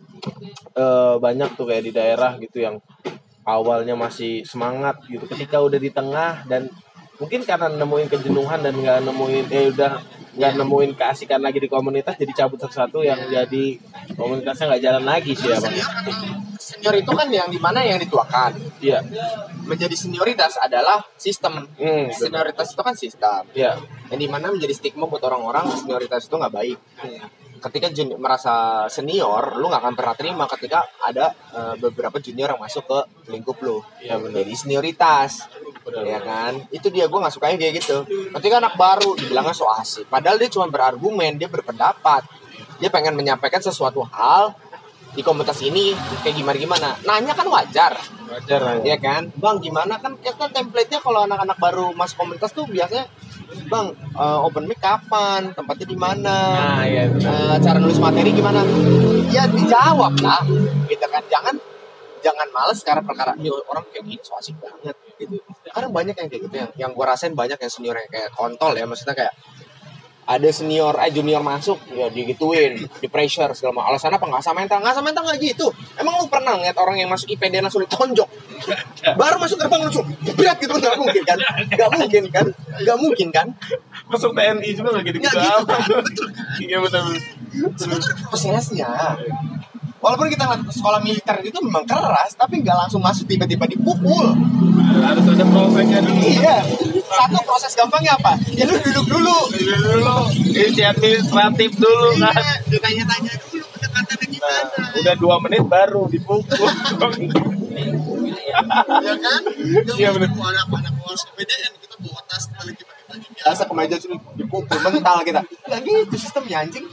Speaker 1: uh, banyak tuh kayak di daerah gitu yang awalnya masih semangat gitu. Ketika udah di tengah dan mungkin karena nemuin kejenuhan dan nggak nemuin eh udah nggak nemuin keasikan lagi di komunitas jadi cabut satu-satu yang jadi komunitasnya nggak jalan lagi sih ya bang.
Speaker 2: Senior itu kan yang dimana yang dituakan.
Speaker 1: Iya.
Speaker 2: Menjadi senioritas adalah sistem.
Speaker 1: Hmm,
Speaker 2: senioritas itu kan sistem.
Speaker 1: Iya.
Speaker 2: Yang dimana menjadi stigma buat orang-orang senioritas itu nggak baik.
Speaker 1: Hmm.
Speaker 2: Ketika junior, merasa senior, lu nggak akan pernah terima ketika ada uh, beberapa junior yang masuk ke lingkup lu.
Speaker 1: Iya benar.
Speaker 2: Jadi senioritas.
Speaker 1: Benar.
Speaker 2: Ya kan, itu dia gue nggak sukanya kayak gitu. Ketika anak baru dibilangnya so asik, padahal dia cuma berargumen, dia berpendapat, dia pengen menyampaikan sesuatu hal di komunitas ini kayak gimana gimana. Nanya kan wajar,
Speaker 1: wajar
Speaker 2: ya kan, bang gimana kan kita template-nya kalau anak-anak baru masuk komunitas tuh biasanya, bang uh, open mic kapan, tempatnya di mana,
Speaker 1: nah, iya,
Speaker 2: uh, cara nulis materi gimana, ya dijawab lah, gitu kan, jangan jangan males karena perkara ini orang kayak gini so asik banget gitu. Karena banyak yang kayak gitu yang yang gue rasain banyak yang senior yang kayak kontol ya, maksudnya kayak ada senior eh junior masuk ya digituin, di pressure segala macam. Alasan apa nggak sama mental? Nggak sama mental nggak gitu. Emang lu pernah ngeliat orang yang masuk I P D langsung ditonjok? Baru masuk gerbang langsung berat gitu, nggak mungkin kan? Nggak mungkin kan? Nggak mungkin kan?
Speaker 1: Masuk T N I juga nggak gitu
Speaker 2: Nggak gitu kan? Betul kan?
Speaker 1: Iya betul.
Speaker 2: Semua itu ada prosesnya. Walaupun kita ngeliat sekolah militer itu memang keras, tapi nggak langsung masuk tiba-tiba dipukul.
Speaker 1: Harus ada prosesnya dulu.
Speaker 2: Iya. Satu proses gampangnya apa? Ya lu duduk dulu.
Speaker 1: Duduk dulu. Isi administratif dulu kan.
Speaker 2: Iya, ditanya-tanya dulu pendekatannya gimana.
Speaker 1: Nah, udah dua menit baru dipukul.
Speaker 2: Ya kan?
Speaker 1: Iya benar.
Speaker 3: Anak-anak harus ke P D N kita bawa tas kita lagi pagi-pagi.
Speaker 2: Biasa ke meja suruh dipukul mental kita. Nggak gitu sistemnya anjing.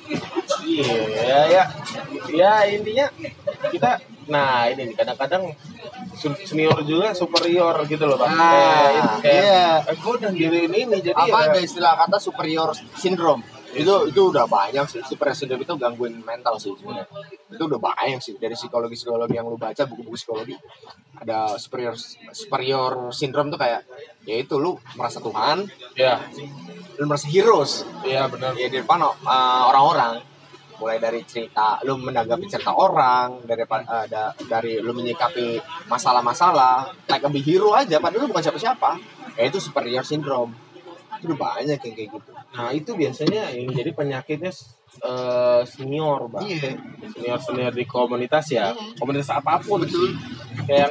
Speaker 1: Iya ya. Ya intinya kita nah ini nih, kadang-kadang senior juga superior gitu loh Bang.
Speaker 2: Ah,
Speaker 1: kayak
Speaker 2: iya.
Speaker 1: eh, gue udah gini ini jadi
Speaker 2: Apa
Speaker 1: ya,
Speaker 2: ada istilah kata superior syndrome? Itu itu udah banyak sih. Superior syndrome itu gangguan mental sih sebenarnya. Itu udah banyak sih dari psikologi-psikologi yang lu baca, buku-buku psikologi. Ada superior superior syndrome tuh kayak ya itu lu merasa Tuhan,
Speaker 1: ya
Speaker 2: lu merasa heroes.
Speaker 1: iya benar.
Speaker 2: Ya di depan uh, orang-orang, mulai dari cerita lu menanggapi cerita orang, dari uh, da, dari lu menyikapi masalah-masalah like a big hero aja padahal lu bukan siapa-siapa. Ya itu superior syndrome. Itu udah banyak yang kayak gitu.
Speaker 1: Nah itu biasanya yang jadi penyakitnya eh, senior Bang.
Speaker 2: Iya.
Speaker 1: Senior senior di komunitas ya, komunitas apapun.
Speaker 2: Betul.
Speaker 1: Kayak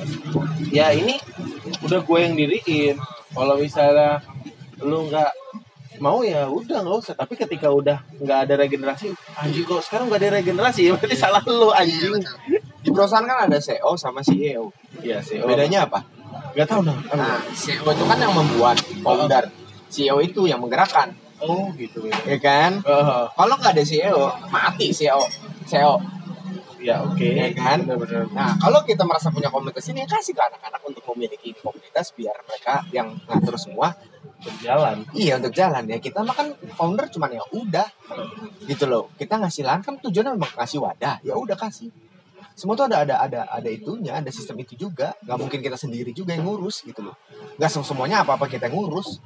Speaker 1: ya ini udah gue yang diriin. Kalau misalnya lu nggak mau ya udah nggak usah. Tapi ketika udah nggak ada regenerasi, anjing kok sekarang nggak ada regenerasi, berarti salah lu anjing.
Speaker 2: Di perusahaan kan ada C E O sama C E O.
Speaker 1: Iya sih.
Speaker 2: Bedanya apa?
Speaker 1: Nggak tahu nah.
Speaker 2: Nah, C E O itu kan yang membuat founder. C E O itu yang menggerakkan,
Speaker 1: Oh gitu ya.
Speaker 2: ya kan?
Speaker 1: Uh,
Speaker 2: Kalau nggak ada C E O, mati C E O. C E O,
Speaker 1: ya oke.
Speaker 2: ya kan?
Speaker 1: Benar-benar.
Speaker 2: Nah, kalau kita merasa punya komunitas ini, ya kasih ke anak-anak untuk memiliki komunitas biar mereka yang ngatur semua.
Speaker 1: Berjalan.
Speaker 2: Iya, untuk jalan ya. Kita mah kan founder cuman ya udah, gitu loh. Kita ngasih lahan kan tujuannya memang ngasih wadah. Ya udah kasih. Semua tuh ada ada ada ada itunya, ada sistem itu juga. Gak mungkin kita sendiri juga yang ngurus gitu loh. Gak semuanya apa-apa kita yang ngurus.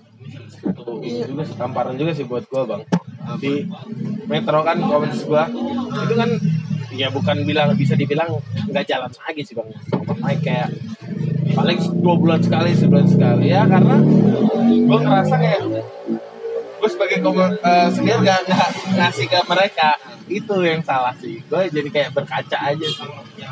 Speaker 1: Tuh, ini juga sih, tamparan juga sih buat gua bang. Di Metro kan komunitas gua itu kan ya bukan bilang bisa dibilang nggak jalan lagi sih bang. Kayak kayak paling dua bulan sekali sebulan sekali ya karena gua ngerasa kayak gua sebagai komun uh, senior gak, gak ngasih ke mereka, itu yang salah sih. Gua jadi kayak berkaca aja sih.
Speaker 2: Ya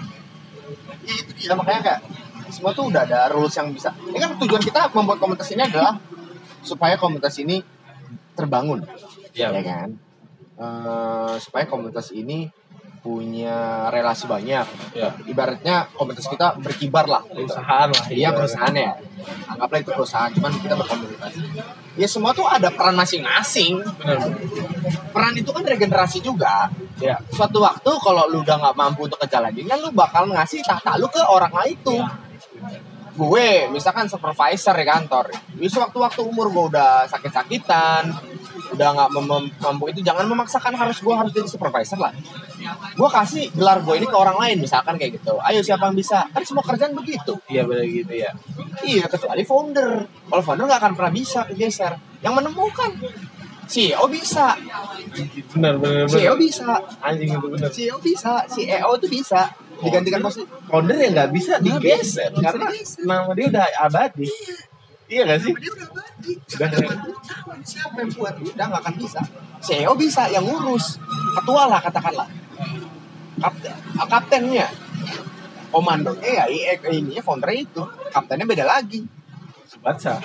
Speaker 2: itu dia, makanya kayak semua tuh udah ada rules yang bisa. Ini kan tujuan kita membuat komunitas ini adalah supaya komunitas ini terbangun,
Speaker 1: Ya,
Speaker 2: ya kan? Uh, supaya komunitas ini punya relasi banyak.
Speaker 1: Ya.
Speaker 2: Ibaratnya komunitas kita berkibar lah. Gitu.
Speaker 1: Perusahaan lah.
Speaker 2: Iya perusahaan ya. Anggaplah itu perusahaan, cuman kita berkomunitas. Ya semua tuh ada peran masing-masing.
Speaker 1: Benar.
Speaker 2: Peran itu kan regenerasi juga.
Speaker 1: Ya.
Speaker 2: Suatu waktu kalau lu udah nggak mampu untuk ngejalanin, kan lu bakal ngasih tahta lu ke orang lain itu. Gue misalkan supervisor di kantor, bisa waktu-waktu umur gue udah sakit-sakitan, udah nggak mem- mampu itu, jangan memaksakan harus gue harus jadi supervisor lah. Gue kasih gelar gue ini ke orang lain misalkan kayak gitu. Ayo siapa yang bisa? Kan semua kerjaan begitu.
Speaker 1: Iya benar gitu ya.
Speaker 2: Iya kecuali founder. Kalau founder nggak akan pernah bisa kegeser. Yang menemukan C E O bisa,
Speaker 1: Benar benar
Speaker 2: C E O
Speaker 1: benar.
Speaker 2: bisa,
Speaker 1: Anjing itu benar.
Speaker 2: C E O bisa, C E O itu bisa digantikan posisi.
Speaker 1: Founder yang nggak bisa
Speaker 2: Nggak
Speaker 1: digeser
Speaker 2: bisa,
Speaker 1: karena
Speaker 2: digeser.
Speaker 1: nama dia udah abadi. Iya nggak sih?
Speaker 3: Dia udah abadi.
Speaker 1: Udah.
Speaker 3: Zaman dulu tahun siapa yang buat?
Speaker 2: Udah nggak akan bisa. C E O bisa yang ngurus, ketua lah katakanlah, kapten, ah, kaptennya, komandonya ya I E ini founder itu, kaptennya beda lagi.
Speaker 1: Baca.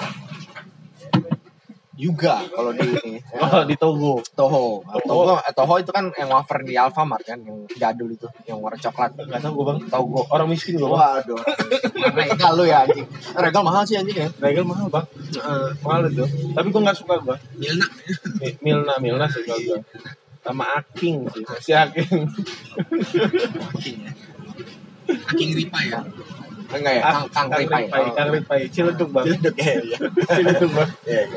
Speaker 2: Juga kalau di ini
Speaker 1: Oh di Togo.
Speaker 2: Toho, Toho, Toho itu kan yang wafer di Alfamart kan, yang jadul itu, yang warna coklat.
Speaker 1: Nggak tahu gue bang.
Speaker 2: Togo.
Speaker 1: Orang miskin gue bang.
Speaker 2: Waduh, regal lu ya anjing. Regal mahal sih anjing ya.
Speaker 1: Regal mahal bang. Mahal itu. Tapi gue nggak suka gue.
Speaker 3: Milna.
Speaker 1: Mi- Milna Milna suka gue. Sama Aking sih. Si Aking.
Speaker 3: Aking ya. Aking Ripa ya.
Speaker 2: Enggak ya, Kang Kang Ripai.
Speaker 1: Ripai. Kang Ripai. Ciledug bang.
Speaker 2: Ciledug ya, iya.
Speaker 1: Ciledug bang.
Speaker 2: Iya, iya.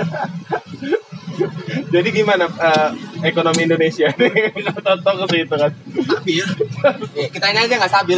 Speaker 1: Jadi gimana eh, ekonomi Indonesia? Tonton ke situ kan.
Speaker 3: Tapi ya.
Speaker 2: Ya, kitanya aja nggak stabil.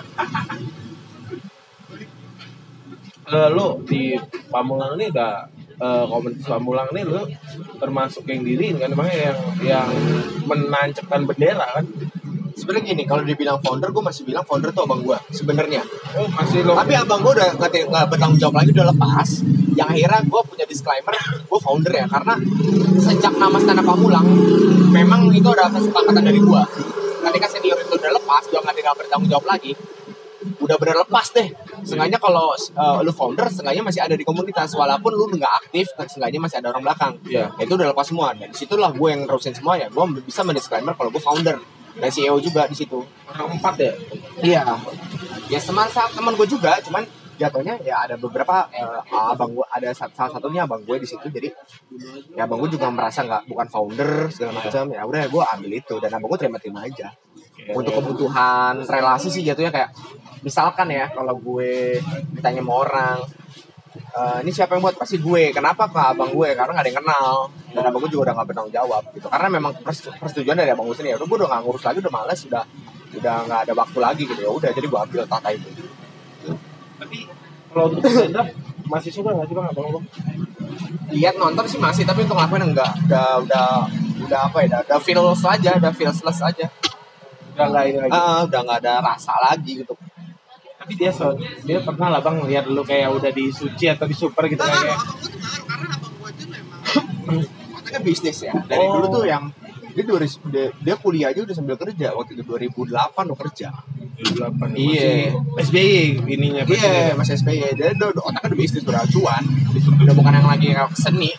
Speaker 1: Eh, lu di Pamulang ini udah eh, komunitas Pamulang ini lu termasuk yang diri kan, makanya yang yang menancapkan bendera kan.
Speaker 2: Sebenarnya gini, kalau dibilang founder, gue masih bilang founder tuh abang gue sebenarnya.
Speaker 1: Oh masih lo.
Speaker 2: Tapi abang gue udah nggak nggak bertanggung jawab lagi, udah lepas. Yang akhirnya gue punya disclaimer, gue founder ya, karena sejak nama stand up Pamulang, memang itu udah kesepakatan dari gue. Ketika senior itu udah lepas, gue nggak tidak bertanggung jawab lagi. Udah bener lepas deh. Seenggaknya kalau uh, lu founder, seenggaknya masih ada di komunitas, walaupun lu nggak aktif, seenggaknya masih ada orang belakang.
Speaker 1: Iya.
Speaker 2: Ya, itu udah lepas semua. Dan disitulah gue yang nerusin semua ya. Gue bisa mendisclaimer kalau gue founder dan C E O juga di situ.
Speaker 1: Orang empat ya.
Speaker 2: Iya. Ya teman teman gue juga, cuman jatuhnya ya ada beberapa eh, abang gue, ada sa- salah satunya abang gue di situ. Jadi ya abang gue juga merasa nggak bukan founder segala macam. Ya udah gue ambil itu dan abang gue terima-terima aja. Untuk kebutuhan relasi sih jatuhnya kayak misalkan ya kalau gue ditanya sama orang, "Eh, ini siapa yang buat?" Pasti gue. Kenapa ke abang gue? Karena nggak ada yang kenal. Dan abang gue juga udah nggak bertanggung jawab gitu. Karena memang pers- persetujuan dari abang gue sendiri. Ya udah gue udah nggak ngurus lagi, udah malas, udah udah nggak ada waktu lagi gitu. Ya udah, jadi gue ambil tata itu.
Speaker 1: Tapi kalau untuk stand up masih suka nggak sih bang abang abang?
Speaker 2: Lihat nonton sih masih, tapi untuk ngelakuin enggak. Udah udah udah apa ya? Udah, udah feels aja, udah feelsless aja.
Speaker 1: Udah nggak ini lagi.
Speaker 2: Ah, udah nggak ada rasa lagi gitu.
Speaker 1: Tapi dia so, dia pernah lah bang lihat lu kayak udah di suci atau di super gitu
Speaker 3: Nah,
Speaker 1: kayak.
Speaker 3: abang gue tuh ngaruh karena abang gue itu memang
Speaker 2: Otaknya bisnis ya. Dari
Speaker 1: Oh.
Speaker 2: dulu tuh yang dia, dua ribu dia, dia kuliah aja udah sambil kerja. Waktu itu dua ribu delapan udah kerja.
Speaker 1: dua ribu delapan
Speaker 2: Iya.
Speaker 1: S B Y ininya
Speaker 2: Iya, Mas S B Y. Dia udah, udah otaknya udah bisnis, udah cuan. Udah bukan yang lagi kayak seni.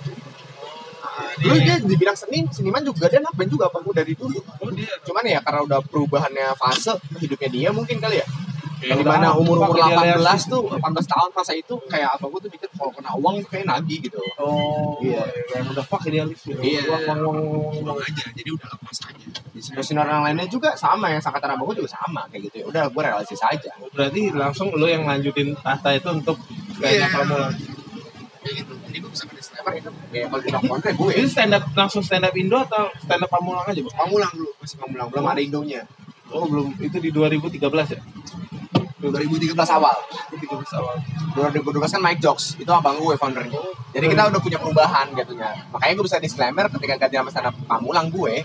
Speaker 2: Dulu dia dibilang seni, seniman juga, dia anak band juga apa gue dari dulu.
Speaker 1: Oh dia.
Speaker 2: Cuman ya karena udah perubahannya fase hidupnya dia mungkin kali ya.
Speaker 1: Ya,
Speaker 2: Yang
Speaker 1: udah
Speaker 2: dimana
Speaker 1: apa,
Speaker 2: umur-umur
Speaker 1: dia
Speaker 2: delapan belas
Speaker 1: lihat.
Speaker 2: tuh, delapan belas tahun fase itu kayak apa gue tuh mikir kalau kena uang kayak nagih gitu.
Speaker 1: Oh
Speaker 2: Iya.
Speaker 1: yang udah fuck idealis gitu.
Speaker 2: Iya.
Speaker 1: Uang uang uang uang.
Speaker 3: ngomong aja, jadi udah lepas aja.
Speaker 2: Di senior orang lainnya juga sama, yang angkatan abang gue juga sama kayak gitu ya. Udah gue realistis aja.
Speaker 1: Berarti langsung lu yang lanjutin tahta itu untuk
Speaker 3: Iya.
Speaker 1: stand up Pamulang.
Speaker 3: Kayak gitu. Ini gue bisa mendisclaimer
Speaker 2: Apa itu? Ya kalau tidak konten gue
Speaker 1: Ini stand up langsung stand up Indo atau stand up Pamulang aja bang?
Speaker 2: Pamulang dulu, masih Pamulang, belum ada Indonya.
Speaker 1: Oh belum, itu di dua ribu tiga belas ya?
Speaker 2: dua ribu tiga belas awal.
Speaker 1: tiga belas awal.
Speaker 2: dua ribu dua belas kan Mike Jokes, itu abang gue foundernya. Jadi kita udah punya perubahan jatuhnya. Makanya gue bisa disclaimer ketika ganti nama stand up Pamulang gue.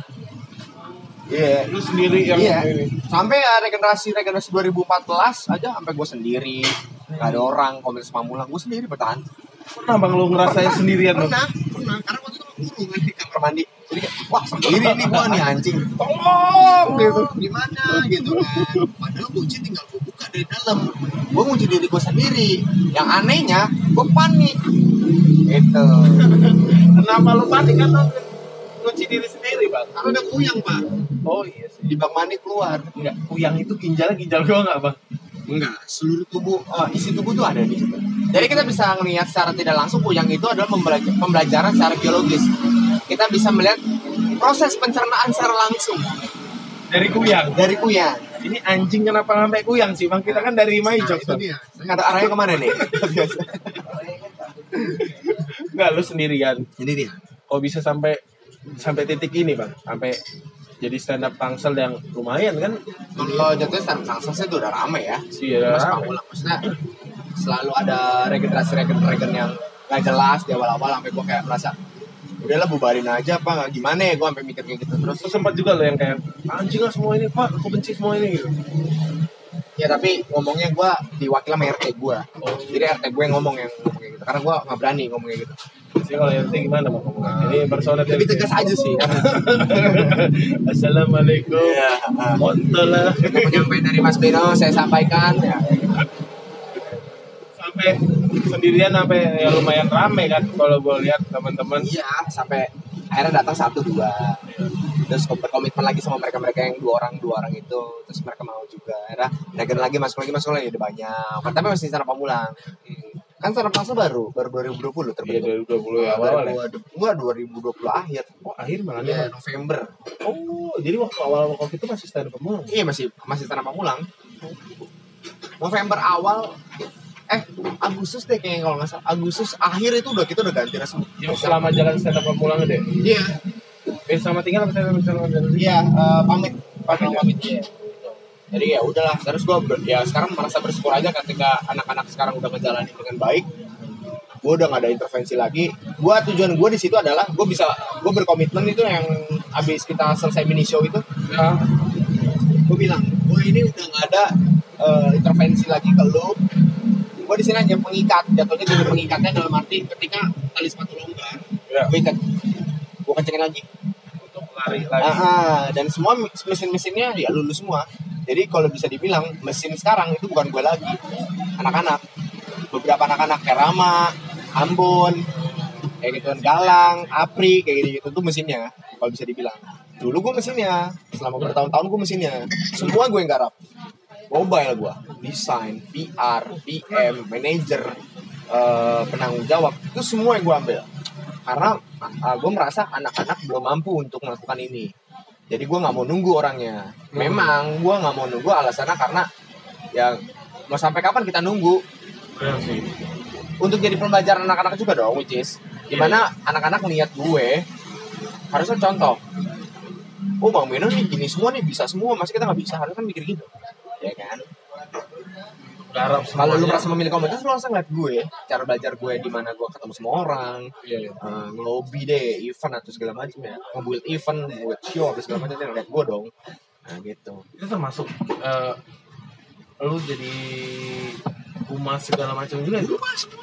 Speaker 2: Iya.
Speaker 1: Lu sendiri yang
Speaker 2: Iya.
Speaker 1: ini.
Speaker 2: Sampai ya regenerasi regenerasi dua ribu empat belas aja sampai gue sendiri. Gak ada orang komunitas Pamulang, gue sendiri bertahan.
Speaker 1: Pernah bang lu ngerasain sendirian lu?
Speaker 3: Pernah, pernah. Karena waktu itu kan kurung kan di kamar
Speaker 2: Kamar mandi. Jadi kayak, wah sendiri nih gue nih anjing.
Speaker 1: Tolong gitu.
Speaker 3: gimana gitu kan. Padahal kunci tinggal gue buka dari dalam.
Speaker 2: Gue ngunci diri gue sendiri. Yang anehnya, gue panik. Gitu.
Speaker 1: Kenapa lu panik atau lu mengunci diri sendiri bang.
Speaker 3: Karena ada kuyang pak.
Speaker 1: Oh iya sih.
Speaker 2: Di bang mani keluar.
Speaker 1: Enggak, kuyang itu ginjalnya ginjal gua nggak bang?
Speaker 3: Enggak, seluruh tubuh.
Speaker 2: Oh, isi tubuh tuh ada di situ. Jadi kita bisa melihat secara tidak langsung kuyang itu adalah pembelajar- pembelajaran secara biologis. Kita bisa melihat proses pencernaan secara langsung
Speaker 1: Dari kuyang.
Speaker 2: dari kuyang.
Speaker 1: Ini anjing kenapa sampai kuyang sih bang? Kita kan dari
Speaker 3: Nah,
Speaker 1: Maijok
Speaker 3: itu
Speaker 1: bang.
Speaker 3: dia.
Speaker 2: Kata arahnya kemana nih?
Speaker 1: Enggak, lu sendirian.
Speaker 3: Ini dia.
Speaker 1: Kok bisa sampai sampai titik ini bang? Sampai jadi stand up tangsel yang lumayan kan?
Speaker 2: Kalau jatuhnya stand up tangsel itu udah rame ya.
Speaker 1: Sih ya.
Speaker 2: Mas Pamulang maksudnya selalu ada regenerasi-regener yang gak jelas di awal-awal sampai gue kayak merasa udahlah bubarin aja apa nggak gimana ya, gue sampai mikir kayak gitu terus.
Speaker 1: Terus sempat juga lo yang kayak anjing lah semua ini pak, aku benci semua ini gitu.
Speaker 2: Ya tapi ngomongnya gue diwakil sama R T gue.
Speaker 1: Oh.
Speaker 2: Jadi R T gue yang ngomong yang ngomong kayak gitu karena gue nggak berani ngomong kayak gitu.
Speaker 1: Sih kalau yang gimana bang ngomongnya? Ini personal
Speaker 2: Lebih tegas aja sih.
Speaker 1: Assalamualaikum.
Speaker 2: Iya.
Speaker 1: Kontol lah.
Speaker 2: Penyampaian dari Mas Beno saya sampaikan ya.
Speaker 1: Sampai sendirian sampai ya lumayan rame kan kalau gue lihat teman-teman.
Speaker 2: Iya sampai akhirnya datang satu dua. Terus berkomitmen lagi sama mereka-mereka yang dua orang dua orang itu, terus mereka mau juga. Akhirnya dagang lagi masuk lagi masuk lagi ada banyak. Tapi masih stand up Pamulang. Kan stand up tangsel baru baru dua ribu dua puluh
Speaker 1: Iya
Speaker 2: terbentuk.
Speaker 1: dua ribu dua puluh ya awal ya.
Speaker 2: Gua dua ribu dua puluh akhir.
Speaker 1: Oh akhir malah
Speaker 2: Iya,
Speaker 1: ya.
Speaker 2: November.
Speaker 1: Oh jadi waktu awal waktu itu masih stand up Pamulang.
Speaker 2: Iya masih masih stand up Pamulang. November awal eh Agustus deh kayaknya kalau nggak salah. Agustus akhir itu udah kita udah ganti resmi.
Speaker 1: Yang selama jalan stand up Pamulang deh.
Speaker 2: Iya.
Speaker 1: Eh sama tinggal apa sama sama jalan?
Speaker 2: Iya, eh, pamit, pamit, pamit. Iya. Jadi ya udahlah, terus gue ya sekarang merasa bersyukur aja ketika anak-anak sekarang udah menjalani dengan baik. Gue udah gak ada intervensi lagi. Gue tujuan gue di situ adalah gue bisa gue berkomitmen itu yang abis kita selesai mini show itu.
Speaker 1: Ya.
Speaker 2: Gue bilang, gue ini udah gak ada eh, intervensi lagi ke lu. Gue di sini hanya pengikat, jatuhnya jadi pengikatnya dalam arti ketika tali sepatu longgar,
Speaker 1: Ya.
Speaker 2: gue ikat, gue kencengin lagi.
Speaker 1: Untuk lari lagi.
Speaker 2: Ah, dan semua mesin-mesinnya ya lulus semua. Jadi kalau bisa dibilang mesin sekarang itu bukan gue lagi, anak-anak. Beberapa anak-anak kayak Rama, Ambon, kayak gitu, Galang, Apri, kayak gitu tuh mesinnya. Kalau bisa dibilang. Dulu gue mesinnya, selama bertahun-tahun gue mesinnya. Semua gue yang garap. Mobile gue, desain, P R, P M, manager, eh, penanggung jawab, itu semua yang gue ambil. Karena uh, gue merasa anak-anak belum mampu untuk melakukan ini. Jadi gue nggak mau nunggu orangnya. Memang gue nggak mau nunggu alasannya karena ya mau sampai kapan kita nunggu?
Speaker 1: Ya sih.
Speaker 2: Untuk jadi pembelajaran anak-anak juga dong, which is gimana anak-anak ngeliat gue harusnya contoh. Oh Bang Beno nih gini semua nih bisa semua, masa kita nggak bisa? Harusnya kan mikir gitu, ya kan?
Speaker 1: Garap
Speaker 2: Kalau lu
Speaker 1: semuanya.
Speaker 2: merasa memilih komunitas, lu langsung ngeliat gue, cara belajar gue di mana gue ketemu semua orang,
Speaker 1: Iya, iya.
Speaker 2: uh, ngelobi deh, event atau segala macam ya, nge-build event, buat show atau segala macam, dia ngeliat gue dong, nah gitu.
Speaker 1: Itu termasuk eh, lu jadi humas segala macam juga itu.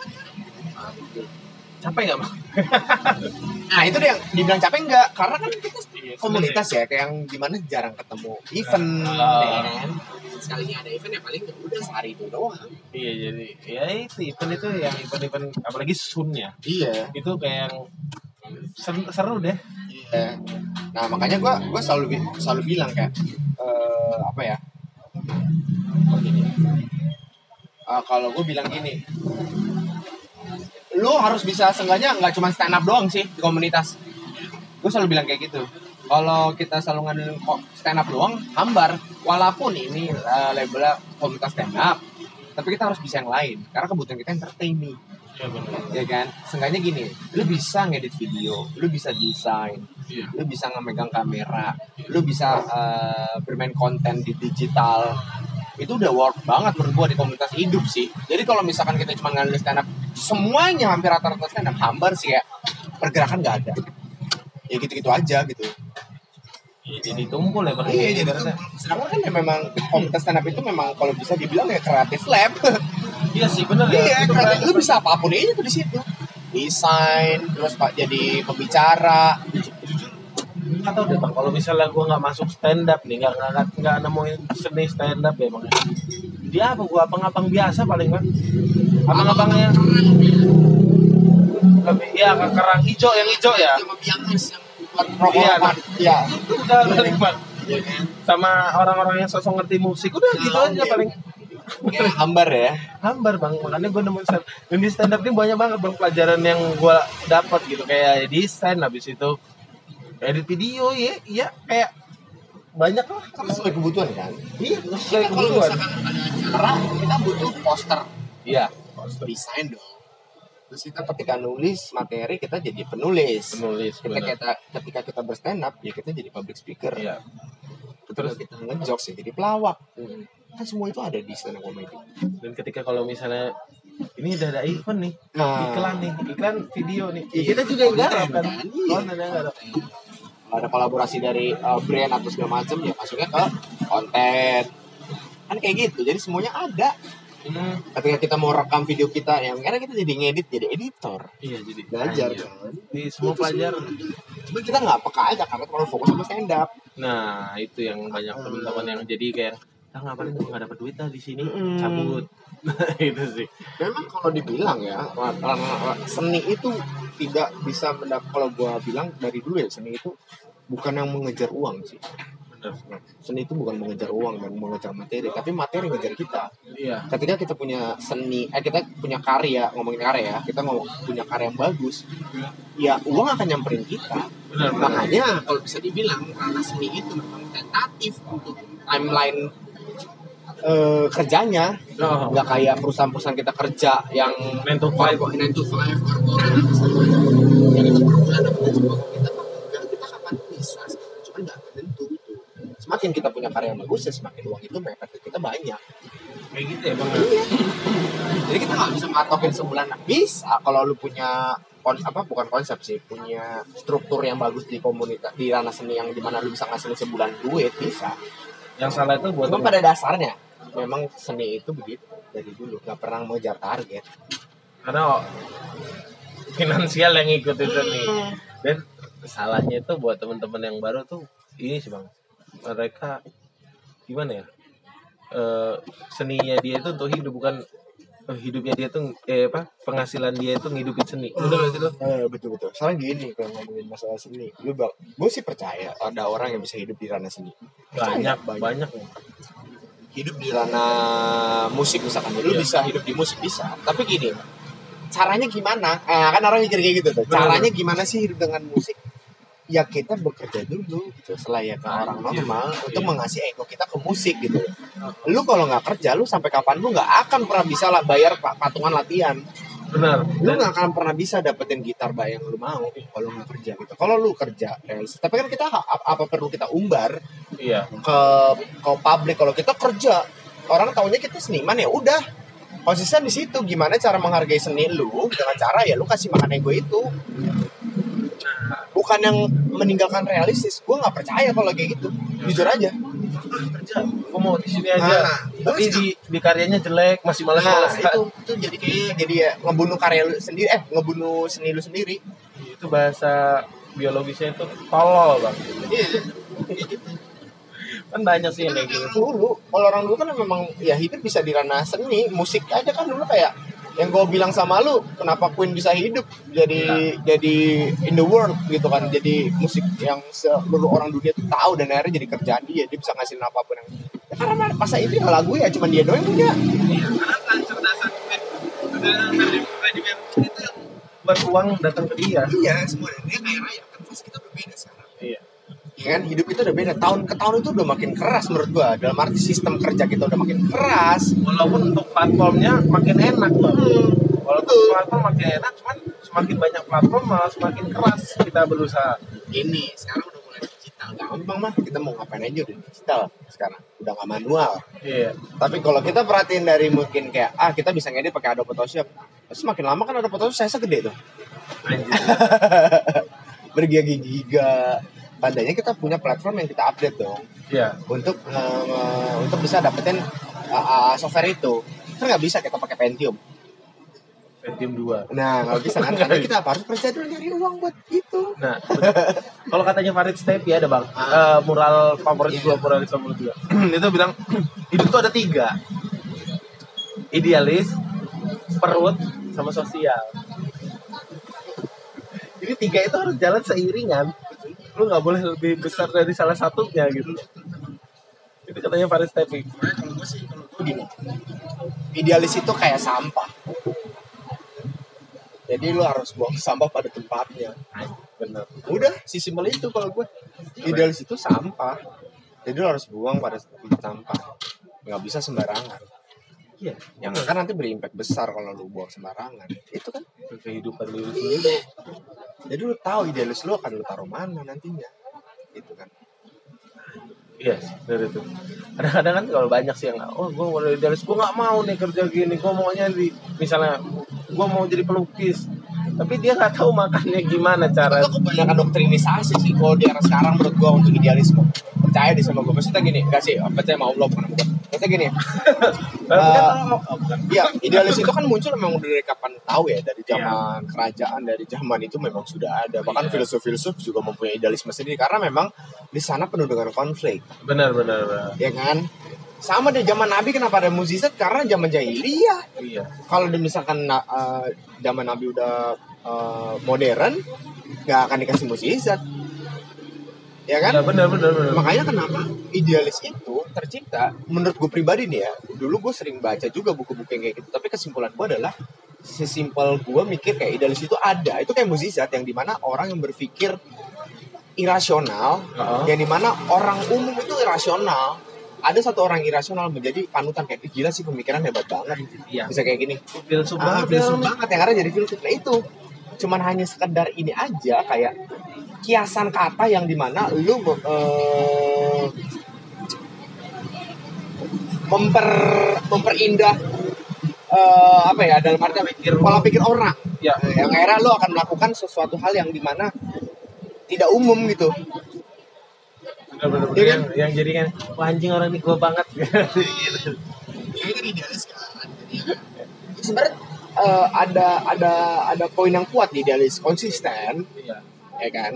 Speaker 1: Capek nggak bang?
Speaker 2: Nah itu dia yang dibilang capek enggak, karena kan kita
Speaker 1: Iya,
Speaker 2: komunitas ya, kayak yang dimana jarang ketemu event,
Speaker 1: Ah.
Speaker 2: ya kan? Sekalinya ada event ya paling udah sehari itu doang.
Speaker 1: Iya jadi ya itu event itu yang event-event apalagi sunnya
Speaker 2: Iya.
Speaker 1: itu kayak yang seru, seru deh.
Speaker 2: Iya. Nah makanya gue gue selalu bi- selalu bilang kayak eh, apa ya? Oh, gini. Ah, kalau gue bilang gini, lu harus bisa seenggaknya nggak cuma stand up doang sih di komunitas. Gue selalu bilang kayak gitu. Kalau kita selalu ngandelin kok stand up doang, hambar. Walaupun ini uh, labelnya komunitas stand up, tapi kita harus bisa yang lain. Karena kebutuhan kita entertain nih.
Speaker 1: Iya benar.
Speaker 2: Ya kan? Seenggaknya gini, lu bisa ngedit video, lu bisa desain,
Speaker 1: Iya.
Speaker 2: lu bisa ngemegang kamera, lu bisa uh, bermain konten di digital. Itu udah work banget menurut gua di komunitas hidup sih. Jadi kalau misalkan kita cuma ngandelin stand up, semuanya hampir rata-rata stand up hambar sih ya. Pergerakan nggak ada. Ya gitu-gitu aja gitu.
Speaker 1: Iya, jadi tumpul ya bang.
Speaker 2: Iya, jadi
Speaker 1: Ibaratnya.
Speaker 2: sedangkan kan ya memang komunitas stand up itu memang kalau bisa dibilang ya kreatif lab.
Speaker 1: Iya sih benar ya.
Speaker 2: Iya,
Speaker 1: Itu
Speaker 2: kreatif.
Speaker 1: kan-
Speaker 2: Lu bisa apapun aja tuh di situ. Desain, terus pak jadi pembicara.
Speaker 1: nggak tahu deh bang. Kalau misalnya gue nggak masuk stand up nih, nggak nggak nggak nemuin seni stand up ya bang. Dia apa? Gue abang-abang biasa paling kan. Abang-abangnya lebih ya kerang hijau yang hijau ya.
Speaker 3: Sama biang es yang
Speaker 2: dapat rokok
Speaker 1: Iya,
Speaker 2: apa? Iya.
Speaker 1: udah paling Bang.
Speaker 2: Iya kan?
Speaker 1: Sama orang-orang yang sosok ngerti musik udah gitu
Speaker 2: Nah,
Speaker 1: aja
Speaker 2: iya.
Speaker 1: paling
Speaker 2: Kayak hambar ya.
Speaker 1: hambar bang, makanya gue nemuin stand dan di stand up ini banyak banget bang pelajaran yang gue dapat gitu, kayak desain, habis itu edit video, ya iya kayak banyak lah.
Speaker 2: Karena sesuai kebutuhan kan.
Speaker 1: Iya,
Speaker 2: Kita
Speaker 1: sesuai
Speaker 2: kalau
Speaker 1: kebutuhan.
Speaker 2: misalkan ada acara, kita butuh poster,
Speaker 1: Iya,
Speaker 2: desain dong. Terus kita ketika nulis materi, kita jadi penulis.
Speaker 1: penulis
Speaker 2: Kita,
Speaker 1: benar.
Speaker 2: kita ketika kita berstand up, ya kita jadi public speaker.
Speaker 1: Iya.
Speaker 2: Terus kita ngejokes ya jadi pelawak. Kan semua itu ada di stand up comedy.
Speaker 1: Dan ketika kalau misalnya ini udah ada event nih,
Speaker 2: Nah.
Speaker 1: iklan nih, iklan video nih, ya
Speaker 2: Iya.
Speaker 1: kita juga yang garap kan.
Speaker 2: Iya.
Speaker 1: Oh, ada yang garap.
Speaker 2: Kalau ada kolaborasi dari uh, brand atau segala macam, ya masuknya ke konten. Kan kayak gitu. Jadi semuanya ada.
Speaker 1: Hmm,
Speaker 2: Ketika kita mau rekam video kita, yang karena kita jadi ngedit, jadi editor.
Speaker 1: iya jadi
Speaker 2: Belajar
Speaker 1: Iya.
Speaker 2: kan.
Speaker 1: Di semua
Speaker 2: Itu
Speaker 1: pelajaran.
Speaker 2: Cuma kita nggak peka aja karena terlalu fokus sama stand up.
Speaker 1: Nah, itu yang banyak teman-teman yang jadi kayak, ah ngapain gue nggak dapet duit lah di sini,
Speaker 2: Mm.
Speaker 1: cabut. Itu sih.
Speaker 2: Memang kalau dibilang ya, seni itu tidak bisa mendapat. Kalau gua bilang dari dulu ya, seni itu bukan yang mengejar uang sih.
Speaker 1: Benar.
Speaker 2: Seni itu bukan mengejar uang dan mengejar materi, tapi materi ngejar kita.
Speaker 1: Iya.
Speaker 2: Ketika kita punya seni, eh kita punya karya, ngomongin karya, kita ngomong punya karya yang bagus, ya uang akan nyamperin kita.
Speaker 1: Benar, benar.
Speaker 2: Makanya kalau bisa dibilang ranah seni itu memang tentatif untuk timeline eh, kerjanya,
Speaker 1: Oh.
Speaker 2: nggak kayak perusahaan-perusahaan kita kerja yang
Speaker 1: nine to five.
Speaker 2: nine to five korporat yang itu per bulan dapat gaji pokok kita mah enggak, kita kapan bisa cuma nggak tentu gitu. Semakin kita punya karya yang bagus ya semakin uang itu mepet ke kita banyak.
Speaker 1: Kayak gitu ya bang.
Speaker 2: Jadi kita nggak bisa matokin sebulan. Bisa kalau lu punya kon apa bukan konsep sih, punya struktur yang bagus di komunitas di ranah seni yang dimana lu bisa ngasilin sebulan duit bisa.
Speaker 1: Yang salah itu buat
Speaker 2: Cuma pada dasarnya memang seni itu begitu dari dulu nggak pernah mengejar target.
Speaker 1: karena finansial yang ikut itu nih. Dan salahnya itu buat teman-teman yang baru tuh ini sih bang, mereka gimana ya, Eh, seninya dia itu untuk hidup, bukan eh, hidupnya dia tuh eh apa penghasilan dia itu ngidupin seni. Udah gak sih lo?
Speaker 2: Eh, betul betul. Sekarang gini kalau ngomongin masalah seni, lu bang, gue sih percaya ada orang yang bisa hidup di ranah seni.
Speaker 1: Banyak,
Speaker 2: banyak.
Speaker 1: banyak.
Speaker 2: Hidup di ranah musik misalkan, lu
Speaker 1: Iya.
Speaker 2: bisa hidup di musik bisa. Tapi gini, caranya gimana? Eh, kan orang mikir kayak gitu tuh.
Speaker 1: Bener,
Speaker 2: Caranya gimana sih hidup dengan musik? Ya kita bekerja dulu gitu, selayaknya orang normal untuk mengasih ego kita ke musik gitu. Lu kalau nggak kerja, lu sampai kapan lu nggak akan pernah bisa lah bayar pa- patungan latihan.
Speaker 1: Benar.
Speaker 2: Lu nggak akan pernah bisa dapetin gitar bay yang lu mau kalau nggak kerja gitu. Kalau lu kerja, realistis. Tapi kan kita ha- apa, apa perlu kita umbar
Speaker 1: Iya.
Speaker 2: ke ke publik. Kalau kita kerja, orang taunya kita seniman ya udah. Konsisten di situ. Gimana cara menghargai seni lu dengan cara ya lu kasih makan ego itu. Bukan yang meninggalkan realistis. Gue nggak percaya kalau kayak gitu. Jujur aja.
Speaker 1: Kerja, gue mau di sini aja.
Speaker 2: Nah,
Speaker 1: Tapi
Speaker 2: gua
Speaker 1: di di karyanya jelek, masih
Speaker 2: Nah,
Speaker 1: malas-malas.
Speaker 2: itu itu jadi kayak jadi ya ngebunuh karya lu sendiri, eh ngebunuh seni lu sendiri.
Speaker 1: Itu bahasa biologisnya itu tolol bang.
Speaker 2: Iya.
Speaker 1: Kan banyak sih yang kayak gitu.
Speaker 2: Dulu, kalau orang dulu kan memang ya hidup bisa di ranah seni, musik aja kan dulu kayak yang gue bilang sama lu, kenapa Queen bisa hidup jadi jadi in the world gitu kan, jadi musik yang seluruh orang dunia tuh tahu dan akhirnya jadi kerjaan dia, dia bisa ngasihin apapun yang ya, karena masa itu ya lagu ya cuma dia doang yang punya.
Speaker 1: Iya, karena kecerdasan itu yang buat uang datang ke dia.
Speaker 2: Iya, semua dan dia kaya raya kan, fase kita berbeda sekarang.
Speaker 1: Iya.
Speaker 2: Ya kan, hidup itu udah beda, tahun ke tahun itu udah makin keras menurut gua, dalam arti sistem kerja kita udah makin keras.
Speaker 1: Walaupun untuk platformnya makin enak bang. Walaupun platform makin enak, cuman semakin banyak platform malah semakin keras kita berusaha.
Speaker 2: Ini sekarang udah mulai digital, gampang mah kita mau ngapain aja udah digital sekarang, udah nggak manual.
Speaker 1: Iya.
Speaker 2: Tapi kalau kita perhatiin dari mungkin kayak ah kita bisa ngedit pakai Adobe Photoshop, semakin lama kan Adobe Photoshop saya segede tuh,
Speaker 1: Anjir.
Speaker 2: bergiga-giga. Tandanya kita punya platform yang kita update dong
Speaker 1: Iya.
Speaker 2: untuk uh, untuk bisa dapetin uh, uh, software itu. Kan nggak bisa kita pakai Pentium.
Speaker 1: Pentium dua.
Speaker 2: Nah nggak bisa kan, karena kita harus kerja dulu nyari uang buat itu.
Speaker 1: Nah, kalau katanya Farid Stepi ada bang, eh, mural favorit gua, mural favorit gua. Itu bilang hidup tuh ada tiga, idealis, perut, sama sosial. Jadi tiga itu harus jalan seiringan. lu nggak boleh lebih besar dari salah satunya gitu. Itu katanya Faris Tevik.
Speaker 3: Makanya kalau gue sih, kalau gue
Speaker 2: Gini, idealis itu kayak sampah. Jadi lu harus buang sampah pada tempatnya.
Speaker 1: Bener.
Speaker 2: Udah, si simpel itu kalau gue. Idealis itu sampah. Jadi lu harus buang pada tempat sampah. Nggak bisa sembarangan.
Speaker 1: Iya.
Speaker 2: Yang kan nanti berimpact besar kalau lu buang sembarangan. Itu kan.
Speaker 1: Kehidupan diri sendiri.
Speaker 2: Jadi lu tahu idealis lu akan lu taruh mana nantinya. Itu kan.
Speaker 1: Iya, yes, benar itu. Kadang-kadang kan kalau banyak sih yang, oh gue mau idealis, gue nggak mau nih kerja gini, gue maunya di, misalnya, gue mau jadi pelukis, tapi dia nggak tahu makannya gimana cara.
Speaker 2: Itu kebanyakan doktrinisasi sih kalau di era sekarang menurut gue untuk idealisme. Percaya di sama gue, maksudnya gini, enggak sih, percaya sama Allah bukan sama gue. Maksudnya gini, uh, ya idealis itu kan muncul memang dari kapan tahu ya, dari zaman kerajaan, dari zaman itu memang sudah ada. Bahkan filsuf-filsuf juga mempunyai idealisme sendiri karena memang di sana penuh dengan konflik.
Speaker 1: Benar, benar, benar.
Speaker 2: Ya kan? Sama di zaman Nabi kenapa ada mukjizat? Karena zaman jahiliyah.
Speaker 1: Iya.
Speaker 2: Kalau misalkan uh, zaman Nabi udah uh, modern, nggak akan dikasih mukjizat. Ya kan?
Speaker 1: Ya, benar, benar, benar.
Speaker 2: Makanya kenapa idealis itu tercipta? Menurut gue pribadi nih ya, dulu gue sering baca juga buku-buku yang kayak gitu. Tapi kesimpulan gue adalah, sesimpel gue mikir kayak idealis itu ada. Itu kayak mukjizat yang dimana orang yang berpikir irasional, uh-huh. yang dimana orang umum itu irasional. Ada satu orang irasional menjadi panutan kayak gila sih pemikiran hebat banget, iya. Bisa kayak gini.
Speaker 1: Filsuf
Speaker 2: ah,
Speaker 1: banget,
Speaker 2: filsuf banget yang ada jadi filsuf. Nah itu cuman hanya sekedar ini aja kayak kiasan kata yang dimana lu uh, memper memperindah uh, apa ya dalam arti pikir pola pikir orang. Ya. Yang akhirnya lu akan melakukan sesuatu hal yang dimana tidak umum gitu.
Speaker 1: Bener-bener ya kan? Yang, yang jadi kan wah anjing orang ini gue banget gitu.
Speaker 3: Ini kan idealis kan.
Speaker 2: Sebenarnya uh, ada ada ada poin yang kuat di idealis, konsisten. Iya. Ya kan?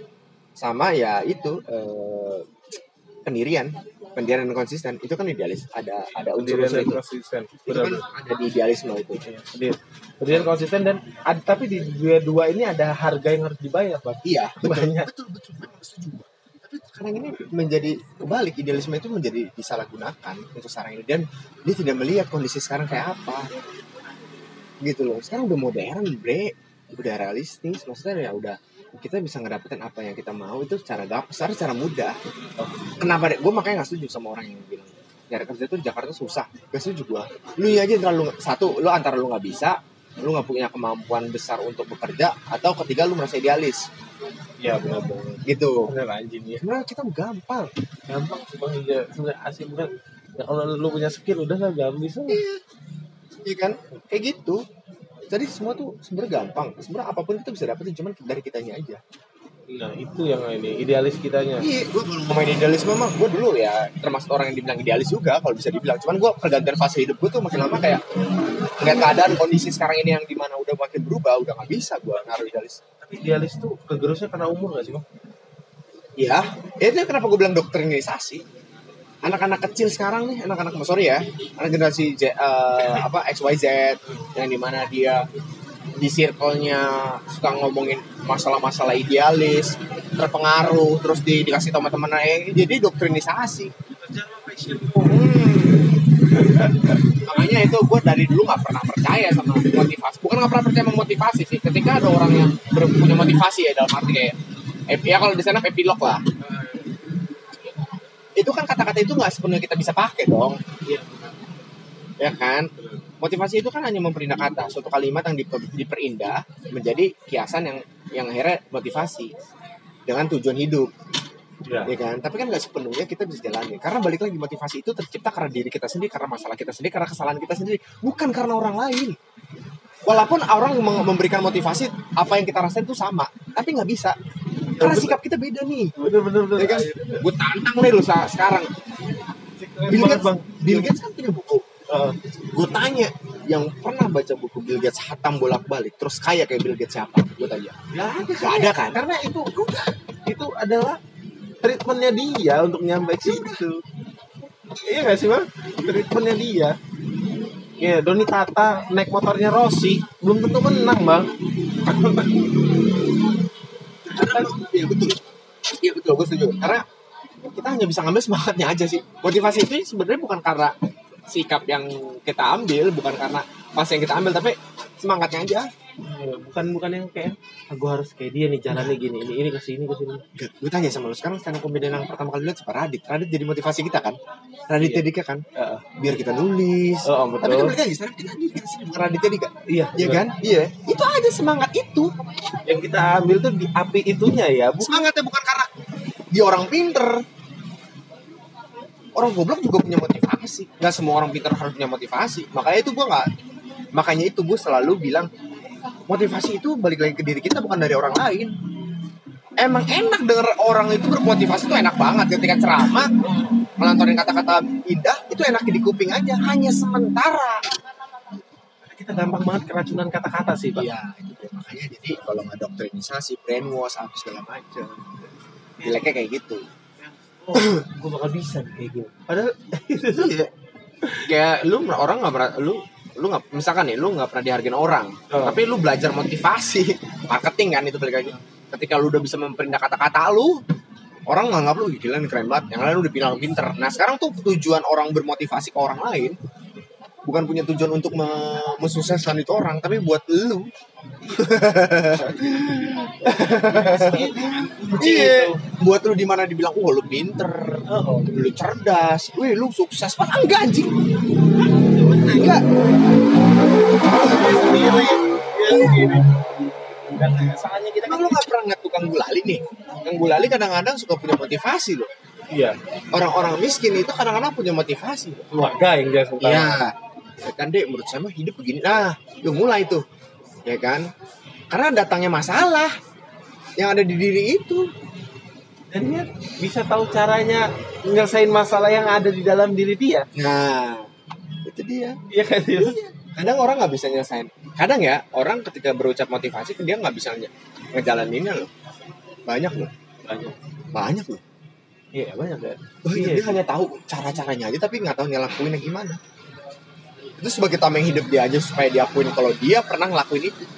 Speaker 2: Sama ya itu uh, pendirian, pendirian dan konsisten itu kan idealis. Ada ada unsur-unsur itu.
Speaker 1: Konsisten.
Speaker 2: Itu kan ada di idealisme itu.
Speaker 1: Iya. Pendirian konsisten dan ada, tapi di dua-dua ini ada harga yang harus dibayar, Pak.
Speaker 2: Iya, betul.
Speaker 1: Banyak.
Speaker 3: Betul, betul. Memang setuju.
Speaker 2: Tapi sekarang ini menjadi kebalik, idealisme itu menjadi disalahgunakan untuk sekarang ini dan dia tidak melihat kondisi sekarang kayak apa gitu loh. Sekarang udah modern bre, udah realistis, maksudnya ya udah kita bisa ngedapetin apa yang kita mau itu secara gap, secara secara mudah. Kenapa deh? Gue makanya nggak setuju sama orang yang bilang nyari kerja tuh Jakarta susah. Gak setuju gue. Lu aja terlalu satu, lu antara lu nggak bisa, lu nggak punya kemampuan besar untuk bekerja, atau ketiga lu merasa idealis.
Speaker 1: Iya benar-benar.
Speaker 2: Gitu.
Speaker 1: Benar anjing ya.
Speaker 2: Sebenarnya kita gampang.
Speaker 1: Gampang sih bang. Iya sebenarnya asik benar. Ya kalau lu punya skill udah lah gampang bisa.
Speaker 2: Iya. Iya kan? Kayak gitu. Jadi semua tuh sebenarnya gampang. Sebenarnya apapun kita bisa dapetin cuman dari kitanya aja.
Speaker 1: Nah itu yang ini idealis kitanya.
Speaker 2: Iya, gue kalau ngomongin idealisme mah gue dulu ya termasuk orang yang dibilang idealis juga kalau bisa dibilang. Cuman gue pergantian fase hidup gue tuh makin lama kayak ngeliat keadaan kondisi sekarang ini yang dimana udah makin berubah, udah nggak bisa gue naruh idealis.
Speaker 1: Tapi idealis tuh kegerusnya karena umur nggak sih bang?
Speaker 2: Iya, itu kenapa gue bilang doktrinisasi. Anak-anak kecil sekarang nih, anak-anak sorry ya, anak generasi Z, uh, apa X Y Z yang dimana dia di circle-nya suka ngomongin masalah-masalah idealis, terpengaruh, terus di, dikasih tau teman-temannya, jadi doktrinisasi. Hmm. Makanya itu gue dari dulu nggak pernah percaya sama motivasi. Bukan nggak pernah percaya sama motivasi sih. Ketika ada orang yang punya motivasi ya dalam arti kayak, ya kalau di sana epilog lah. Itu kan kata-kata itu nggak sepenuhnya kita bisa pakai dong. Ya kan? Motivasi itu kan hanya memperindah kata, suatu kalimat yang diper, diperindah menjadi kiasan yang yang akhirnya motivasi dengan tujuan hidup, ya, ya kan? Tapi kan nggak sepenuhnya kita bisa jalani, karena balik lagi motivasi itu tercipta karena diri kita sendiri, karena masalah kita sendiri, karena kesalahan kita sendiri, bukan karena orang lain. Walaupun orang memberikan motivasi, apa yang kita rasain itu sama, tapi nggak bisa, karena sikap kita beda nih.
Speaker 1: Bener-bener.
Speaker 2: Ya kan? Gue tantang nih lu sekarang. Bill Gates, Bill Gates kan punya buku. Uh, gue tanya yang pernah baca buku Bill Gates hatam bolak-balik terus kaya kayak Bill Gates siapa? Gue tanya.
Speaker 1: Gak ada,
Speaker 2: gak ada kan?
Speaker 1: Karena itu itu adalah treatmentnya dia untuk nyampe situ. Iya gak sih bang? Treatmentnya dia. Ya Doni Tata naik motornya Rossi belum tentu menang bang.
Speaker 2: Iya betul. Iya betul, gue setuju. Karena kita hanya bisa ngambil semangatnya aja sih. Motivasi itu sebenarnya bukan karena sikap yang kita ambil, bukan karena fase yang kita ambil, tapi semangatnya aja.
Speaker 1: bukan bukan yang kayak ah, gue harus kayak dia nih jalannya gini ini ini kesini kesini.
Speaker 2: Gue tanya sama lu, sekarang stand up comedian yang pertama kali lihat siapa? Radit. Radit jadi motivasi kita kan? Raditya Dika kan?
Speaker 1: Uh,
Speaker 2: Biar kita nulis.
Speaker 1: Oh, betul.
Speaker 2: Tapi kan mereka lagi sekarang kita kita sini bukan Raditya Dika.
Speaker 1: iya
Speaker 2: Iya kan? Iya. Itu aja semangat itu.
Speaker 1: yang kita ambil tuh di api itunya ya bukan.
Speaker 2: Semangatnya bukan karena dia orang pinter. Orang goblok juga punya motivasi. Gak semua orang pinter harus punya motivasi. Makanya itu gue nggak. Makanya itu gue selalu bilang motivasi itu balik lagi ke diri kita, bukan dari orang lain. Emang enak denger orang itu bermotivasi, itu enak banget ketika ceramah melanturin kata-kata indah, itu enak di kuping aja, hanya sementara.
Speaker 1: Kita gampang banget keracunan kata-kata sih Pak.
Speaker 2: Iya, itu deh. Makanya jadi kalau nggak doktrinisasi, brainwash, apa segala macam, jeleknya kayak gitu.
Speaker 1: Oh, gue bakal bisa nih kayak gini.
Speaker 2: Padahal iya. Kayak lu orang nggak pernah lu lu nggak misalkan nih lu nggak pernah dihargain orang,
Speaker 1: Oh.
Speaker 2: tapi lu belajar motivasi, marketing kan itu balik lagi. Ketika lu udah bisa memperindah kata-kata lu, orang nganggap lu gila nih keren banget. Yang lain udah bilang pinter. Nah sekarang tuh tujuan orang bermotivasi ke orang lain bukan punya tujuan untuk me- mensukseskan itu orang, tapi buat lu. Iya, buat lu di mana dibilang, "Oh, lu pinter,
Speaker 1: Oh,
Speaker 2: lu cerdas, wih lu sukses." Padahal enggak anjing. Enggak.
Speaker 1: dan salahnya kita
Speaker 2: Emang lu gak pernah ngeliat tukang gulali nih? Yang gulali kadang-kadang suka punya motivasi loh.
Speaker 1: iya
Speaker 2: Orang-orang miskin itu kadang-kadang punya motivasi loh.
Speaker 1: keluarga yang jelas utama.
Speaker 2: Iya. Ya kan dek, menurut saya mah hidup begini. Nah, lu mulai tuh. Ya kan? Karena datangnya masalah yang ada di diri itu.
Speaker 1: Dan dia bisa tahu caranya nyelesain masalah yang ada di dalam diri dia.
Speaker 2: Nah, itu dia.
Speaker 1: Iya kan dia?
Speaker 2: Kadang orang nggak bisa nyelesain. Kadang ya, orang ketika berucap motivasi, dia nggak bisa nge- ngejalaninnya loh. Banyak loh.
Speaker 1: Banyak.
Speaker 2: Banyak loh.
Speaker 1: Iya banyak ya.
Speaker 2: Oh,
Speaker 1: Iya.
Speaker 2: dia hanya tahu cara-caranya aja, tapi nggak tahu ngelakuinnya gimana. Itu sebagai tameng hidup dia aja supaya diakuin kalau dia pernah ngelakuin itu.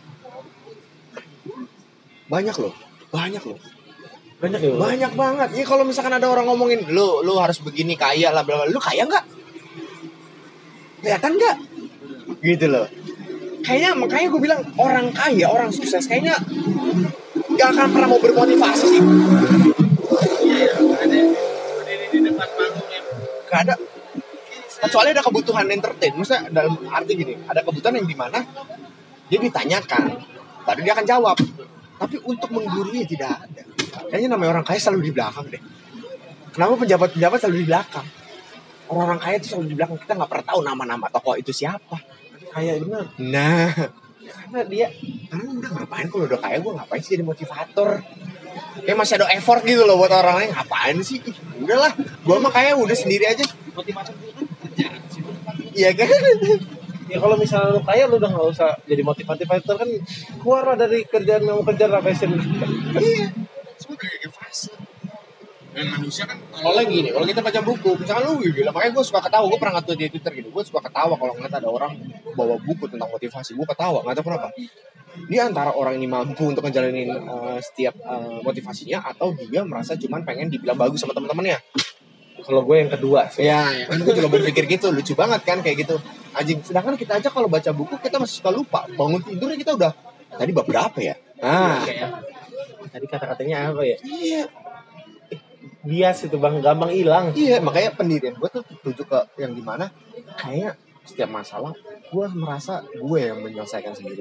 Speaker 2: Banyak loh, banyak loh,
Speaker 1: Banyak ya.
Speaker 2: banyak banget. Ini kalau misalkan ada orang ngomongin, lu lu harus begini kaya lah, bla bla. Lu kaya nggak? Kelihatan nggak? Gitu loh. Kayaknya makanya gue bilang orang kaya, orang sukses kayaknya nggak akan pernah mau bermotivasi sih.
Speaker 1: Iya, ada berdiri di depan panggung yang
Speaker 2: Gak ada. Kecuali ada kebutuhan entertain. Maksudnya dalam arti gini, ada kebutuhan yang dimana dia ditanyakan, baru dia akan jawab. Tapi untuk menggurui tidak ada. Kayaknya namanya orang kaya selalu di belakang deh. Kenapa pejabat-pejabat selalu di belakang? Orang-orang kaya itu selalu di belakang. Kita nggak pernah tahu nama-nama tokoh itu siapa.
Speaker 1: kayak benar.
Speaker 2: Nah,
Speaker 1: Karena dia
Speaker 2: karena udah ngapain kalau udah kaya gue ngapain sih jadi motivator? Kayak masih ada effort gitu loh buat orang lain. Ngapain sih? Ih, udahlah, gue mah kaya udah sendiri aja.
Speaker 1: motivator itu kan kerja.
Speaker 2: Iya kan?
Speaker 1: Ya kalau misalnya lu kaya lu udah nggak usah jadi motivator kan keluar lah dari kerjaan yang mau kejar lah passion.
Speaker 2: Iya. Semua kayak fase. Dan manusia kan kalau gini, kalau kita baca buku, misalkan lu bilang, makanya gue suka ketawa, gue pernah ngatur di Twitter gitu, gue suka ketawa kalau ngeliat ada orang bawa buku tentang motivasi, gue ketawa, nggak tahu kenapa. Dia antara orang ini mampu untuk ngejalanin uh, setiap uh, motivasinya, atau dia merasa cuman pengen dibilang bagus sama teman-temannya.
Speaker 1: Kalau gue yang kedua sih.
Speaker 2: Ya, ya kan gue juga berpikir gitu, lucu banget kan kayak gitu. Anjing, sedangkan kita aja kalau baca buku kita masih suka lupa, bangun tidurnya kita udah tadi bab berapa ya? Nah,
Speaker 1: Kayak tadi kata-katanya apa ya?
Speaker 2: iya.
Speaker 1: Bias itu bang, gampang hilang.
Speaker 2: Iya, makanya pendirian gue tuh tuju ke yang dimana kayaknya setiap masalah gue merasa gue yang menyelesaikan sendiri.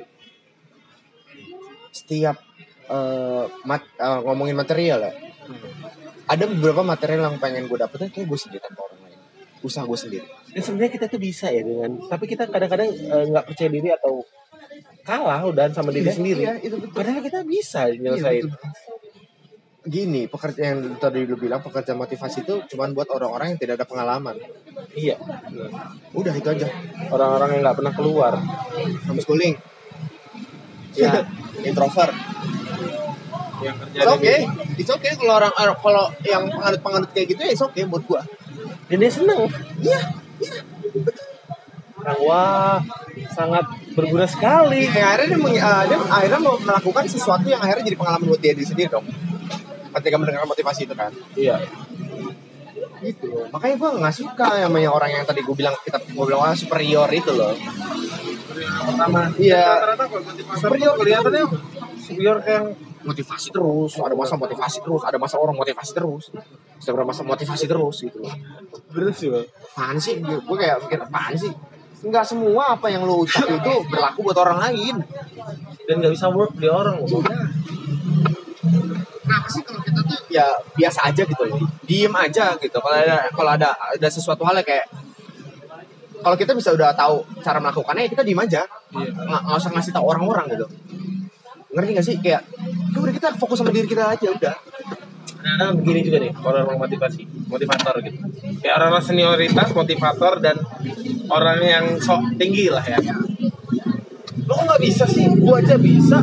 Speaker 2: Setiap uh, mat, uh, ngomongin material ya, ada beberapa material yang pengen gue dapetin kayak gue sendiri tanpa orang lain. Usaha gue sendiri.
Speaker 1: Dan sebenarnya kita tuh bisa ya dengan, tapi kita kadang-kadang eh, nggak percaya diri atau kalah udah sama diri
Speaker 2: Iya,
Speaker 1: sendiri.
Speaker 2: iya, itu betul.
Speaker 1: Padahal kita bisa nyelesain.
Speaker 2: Iya, betul. Gini, pekerjaan yang tadi lu bilang pekerjaan motivasi itu cuma buat orang-orang yang tidak ada pengalaman.
Speaker 1: Iya.
Speaker 2: Udah itu aja.
Speaker 1: Orang-orang yang nggak pernah keluar.
Speaker 2: Homeschooling.
Speaker 1: Ya.
Speaker 2: Introvert.
Speaker 1: Yang kerja
Speaker 2: It's okay. It's okay kalau orang kalau yang penganut-penganut kayak gitu ya it's okay buat gua.
Speaker 1: Dan dia seneng.
Speaker 2: Iya.
Speaker 1: Orang wah sangat berguna sekali.
Speaker 2: Yang akhirnya dia, meng, uh, dia akhirnya mau melakukan sesuatu yang akhirnya jadi pengalaman buat dia diri sendiri dong. ketika mendengar motivasi itu kan.
Speaker 1: Iya.
Speaker 2: Gitu loh. Makanya gue nggak suka yang namanya orang yang tadi gue bilang kita gue bilang orang superior itu loh.
Speaker 1: Pertama,
Speaker 2: Iya.
Speaker 1: rata-rata kok motivasi superior kelihatannya superior kayak
Speaker 2: Motivasi terus, ada masa motivasi terus, ada masa orang motivasi terus, seberapa masa motivasi terus gitu loh.
Speaker 1: bener sih bang.
Speaker 2: Apaan sih? Gue kayak mikir apaan sih? Enggak semua apa yang lo ucap itu berlaku buat orang lain.
Speaker 1: Dan nggak bisa work di orang loh.
Speaker 2: Kenapa sih kalau kita tuh ya biasa aja gitu loh, diem aja gitu. Kalau ada kalau ada ada sesuatu hal yang kayak kalau kita bisa udah tahu cara melakukannya, ya kita diem aja,
Speaker 1: Iya.
Speaker 2: nggak nggak usah ngasih tahu orang-orang gitu. Ngerti nggak sih kayak ya udah kita fokus sama diri kita aja udah.
Speaker 1: Kadang begini juga nih orang-orang motivasi, motivator gitu. Kayak orang-orang senioritas, motivator dan orang yang sok tinggi lah ya. Lo kok nggak bisa sih? Gua aja bisa.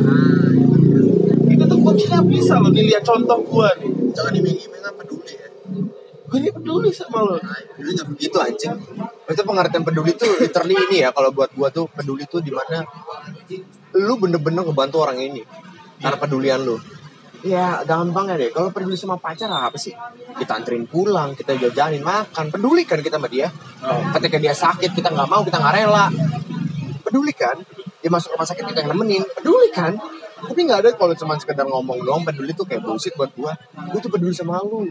Speaker 1: Itu tuh kuncinya bisa loh. Dilihat contoh gua nih.
Speaker 3: Jangan diminggi-minggi nggak peduli ya.
Speaker 1: Gue ini peduli sama lo.
Speaker 3: Nah, peduli nggak begitu anjing.
Speaker 2: Itu pengertian peduli tuh literally ini ya, kalau buat gua tuh peduli tuh dimana lu bener-bener ngebantu orang ini karena pedulian lu. Ya gampang ya deh, kalau peduli sama pacar apa sih? Kita anterin pulang, kita jajanin, makan, peduli kan kita sama dia.
Speaker 1: Oh.
Speaker 2: Ketika dia sakit kita nggak mau, kita nggak rela, peduli kan? Dia masuk rumah sakit kita yang nemenin, peduli kan? Tapi nggak ada kalau cuma sekedar ngomong doang, peduli tuh kayak bullshit buat gua. Gua tuh peduli sama lu.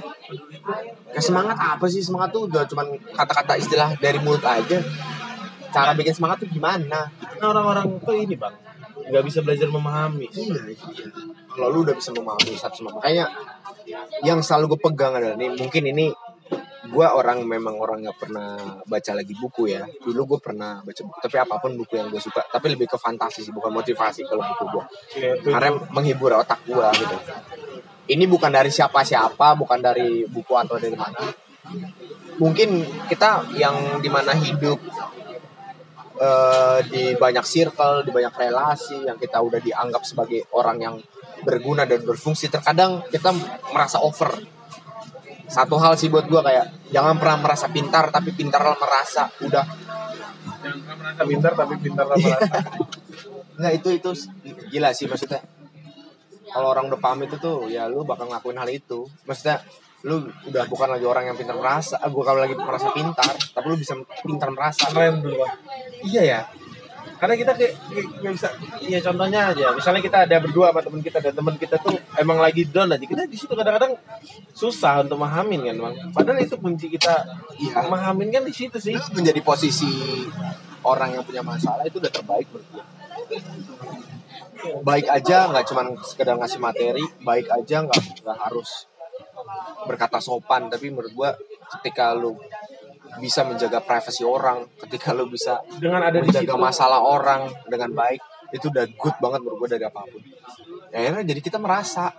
Speaker 2: Kayak semangat apa sih? Semangat tuh udah cuma kata-kata istilah dari mulut aja. Cara bikin semangat tuh gimana?
Speaker 1: Nah, orang-orang tuh ini bang, nggak bisa belajar memahami.
Speaker 2: Iya, iya. Kalau lu udah bisa memahami satu sama makanya yang selalu gue pegang adalah nih, mungkin ini gue orang memang orang nggak pernah baca lagi buku ya. Dulu gue pernah baca buku, tapi apapun buku yang gue suka, tapi lebih ke fantasi sih, bukan motivasi kalau buku gue. Karena menghibur otak gue gitu. Ini bukan dari siapa-siapa, bukan dari buku atau dari mana. Mungkin kita yang dimana hidup uh, di banyak circle, di banyak relasi, yang kita udah dianggap sebagai orang yang berguna dan berfungsi, terkadang kita merasa over. Satu hal sih buat gue kayak jangan pernah merasa pintar, tapi pintarlah merasa. Udah.
Speaker 1: Jangan pernah merasa pintar tapi pintarlah merasa.
Speaker 2: Nggak, itu itu gila sih maksudnya. Kalau orang udah paham itu tuh, ya lu bakal ngelakuin hal itu. Maksudnya lu udah bukan lagi orang yang pintar merasa, gue kalau lagi merasa pintar, tapi lu bisa pintar merasa.
Speaker 1: Keren dulu bang. Iya ya. Karena kita kayak, kayak, kayak bisa, ya contohnya aja. Misalnya kita ada berdua sama teman kita dan teman kita tuh emang lagi down aja. Kita di situ kadang-kadang susah untuk memahamin kan bang. Padahal itu kunci kita,
Speaker 2: Iya.
Speaker 1: memahamin kan di situ sih.
Speaker 2: Lu menjadi posisi orang yang punya masalah itu udah terbaik menurut gue. Baik aja nggak cuma sekedar ngasih materi, baik aja nggak nggak harus berkata sopan, tapi menurut gua ketika lu bisa menjaga privasi orang, ketika lu bisa
Speaker 1: Dengan ada di
Speaker 2: menjaga
Speaker 1: situ.
Speaker 2: masalah orang dengan baik, itu udah good banget menurut gua dari apapun. Ya, akhirnya jadi kita merasa,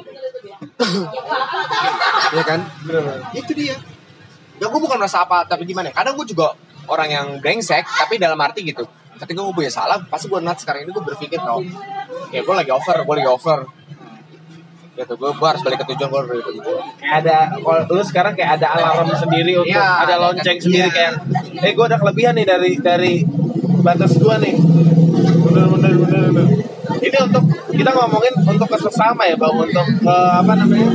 Speaker 2: ya kan?
Speaker 1: Bener-bener.
Speaker 2: Itu dia. Ya gua bukan merasa apa, tapi gimana? Kadang gua juga orang yang brengsek, tapi dalam arti gitu. Ketika gue punya salah, pasti gue nanti sekarang ini gue berpikir tau, ya gue lagi over, gue lagi over. Gitu, gue, gue harus balik ke tujuan, gue harus balik ke tujuan.
Speaker 1: Kayak ada, kalau lu sekarang kayak ada alarm sendiri untuk,
Speaker 2: Iya,
Speaker 1: ada lonceng
Speaker 2: iya.
Speaker 1: sendiri kayak, eh gue ada kelebihan nih dari dari batas gue nih. Bener bener bener bener. Ini untuk kita ngomongin untuk kesesama ya bang, untuk eh, apa namanya,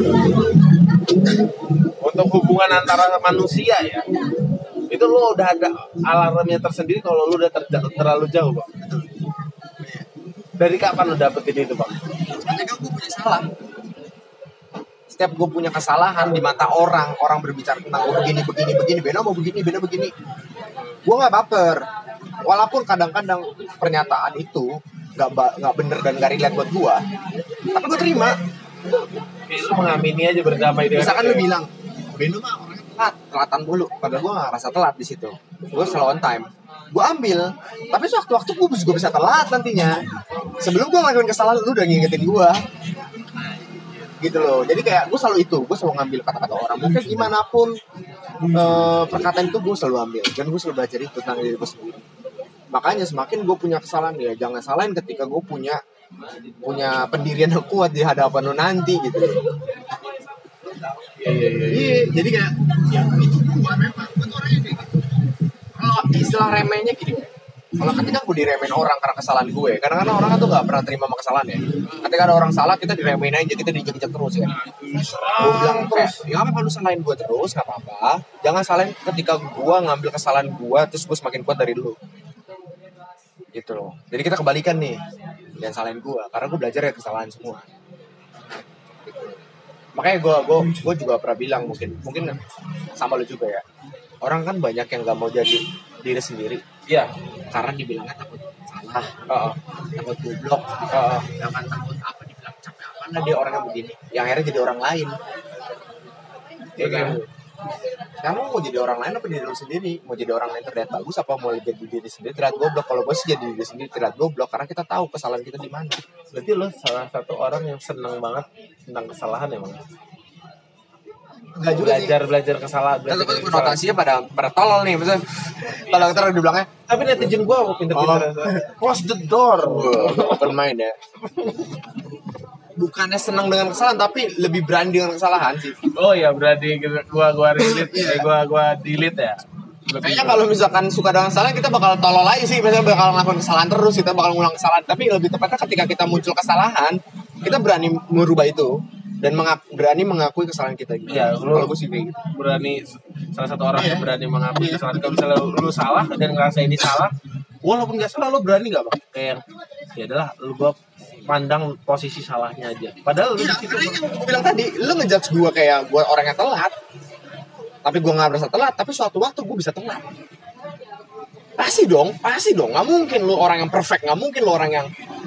Speaker 1: untuk hubungan antara manusia ya. Itu lu udah ada alarmnya tersendiri kalau lu udah ter- terlalu jauh bang. Dari kapan lu dapetin itu bang?
Speaker 2: Ketika gue punya salah, setiap gue punya kesalahan di mata orang, orang berbicara tentang gue begini, begini, begini, Beno mau begini, Beno begini, gue nggak baper. Walaupun kadang-kadang pernyataan itu nggak ba- nggak bener dan nggak relate buat gue, tapi gue terima.
Speaker 1: Lu mengamini aja, berdamai dengan
Speaker 2: Misalkan
Speaker 1: itu
Speaker 2: lu
Speaker 1: ya.
Speaker 2: bilang, Beno mah orangnya telat, telatan dulu. Padahal gue gak ngerasa telat di situ. Gue selalu on time. Gue ambil, tapi sewaktu-waktu gue juga bisa telat nantinya. Sebelum gue ngelakuin kesalahan, lu udah ngingetin gue. Gitu loh. Jadi kayak gue selalu itu, gue selalu ngambil kata-kata orang. Mungkin gimana pun eh, perkataan itu gue selalu ambil. Dan gue selalu belajar itu tentang diri gue sendiri. Makanya semakin gue punya kesalahan, ya jangan salahin ketika gue punya punya pendirian yang kuat di hadapan lu nanti gitu.
Speaker 1: Iya iya iya.
Speaker 2: Iya, jadi kayak ya itu gua memang gua tuh orangnya kayak gitu. Kalau istilah remehnya gini, Kalau ketika gue diremehin orang karena kesalahan gue, kadang-kadang orang tuh nggak pernah terima sama kesalahan ya. Ketika ada orang salah, kita diremehin aja, kita diinjek-injek terus ya. Gue bilang kayak, ya apa lu salahin gue terus, nggak apa-apa. Jangan salahin ketika gue ngambil kesalahan gue, terus gue semakin kuat dari lu. Gitu loh. Jadi kita kebalikan nih, jangan salahin gue, karena gue belajar ya kesalahan semua. Gitu. Makanya gue gue gue juga pernah bilang mungkin mungkin sama lu juga ya. Orang kan banyak yang nggak mau jadi diri sendiri.
Speaker 1: Iya.
Speaker 2: Karena dibilangnya takut salah, uh, takut goblok, uh, jangan takut apa dibilang capek apa lah dia orang yang begini, yang akhirnya jadi orang lain. Ya kan? Kamu mau jadi orang lain apa diri lu sendiri? Mau jadi orang lain terlihat bagus apa mau jadi diri sendiri terlihat goblok? Kalau gue sih jadi diri sendiri terlihat goblok karena kita tahu kesalahan kita di mana.
Speaker 1: Berarti lo salah satu orang yang seneng banget tentang kesalahan emang.
Speaker 2: Enggak juga
Speaker 1: Belajar belajar kesalahan.
Speaker 2: Tapi
Speaker 1: Belajar dari kesalahan.
Speaker 2: konotasinya pada pada tolol nih, maksudnya. Kalau kita di belakangnya,
Speaker 1: Tapi netizen gue mau pinter-pinter. Close the door.
Speaker 2: open mind ya. Bukannya senang dengan kesalahan, tapi lebih berani dengan kesalahan sih.
Speaker 1: Oh iya berarti gua gua delete, eh, gua gua delete ya. Lebih-
Speaker 2: Kayaknya kalau misalkan suka dengan kesalahan, kita bakal tolol aja sih. Misalnya bakal ngelakuin kesalahan terus, kita bakal ngulang kesalahan. Tapi lebih tepatnya ketika kita muncul kesalahan, kita berani merubah itu dan mengak- berani mengakui kesalahan kita gitu.
Speaker 1: Iya, lu-
Speaker 2: Kalau gue sih kayak gitu.
Speaker 1: berani salah satu orang
Speaker 2: Iya.
Speaker 1: yang berani mengakui
Speaker 2: Iya.
Speaker 1: kesalahan. Kalau misalnya lu, lu salah dan ngerasa ini salah, walaupun nggak salah lu berani nggak bang? Kayak yang, ya adalah lu gua pandang posisi salahnya aja. Padahal lu
Speaker 2: Iya,
Speaker 1: di situ
Speaker 2: karena yang gue bilang tadi, lu ngejudge gue kayak gue orang yang telat. Tapi gue gak merasa telat, tapi suatu waktu gue bisa telat. Pasti dong, pasti dong. Gak mungkin lu orang yang perfect, gak mungkin lu orang yang...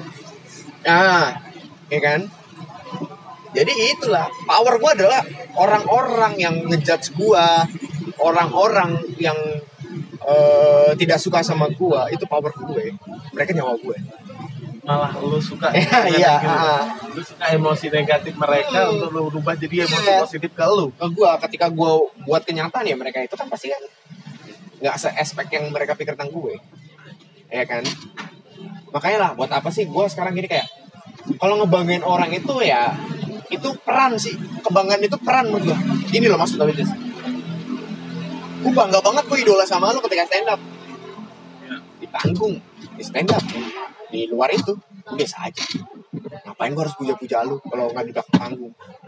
Speaker 2: Ah, ya kan? Jadi itulah, power gue adalah orang-orang yang ngejudge gue, orang-orang yang eh, tidak suka sama gue, itu power gue. Mereka nyawa gue.
Speaker 1: malah lu suka
Speaker 2: Iya,
Speaker 1: dengan
Speaker 2: iya,
Speaker 1: gitu.
Speaker 2: ah.
Speaker 1: Lu suka emosi negatif mereka
Speaker 2: Hmm.
Speaker 1: untuk lu rubah jadi emosi
Speaker 2: Iya.
Speaker 1: positif ke lu.
Speaker 2: Ke gue, ketika gue buat kenyataan ya mereka itu kan pasti kan nggak se-aspek yang mereka pikir tentang gue, ya kan? Makanya lah, buat apa sih gue sekarang gini kayak kalau ngebanggain orang itu ya itu peran sih, kebanggaan itu peran menurut gue. Ini loh maksud gue, gue bangga banget gue idola sama lo ketika stand up di panggung, di stand up. Di luar itu biasa aja. Ngapain gue harus puja-puja lu kalau nggak di belakang panggung?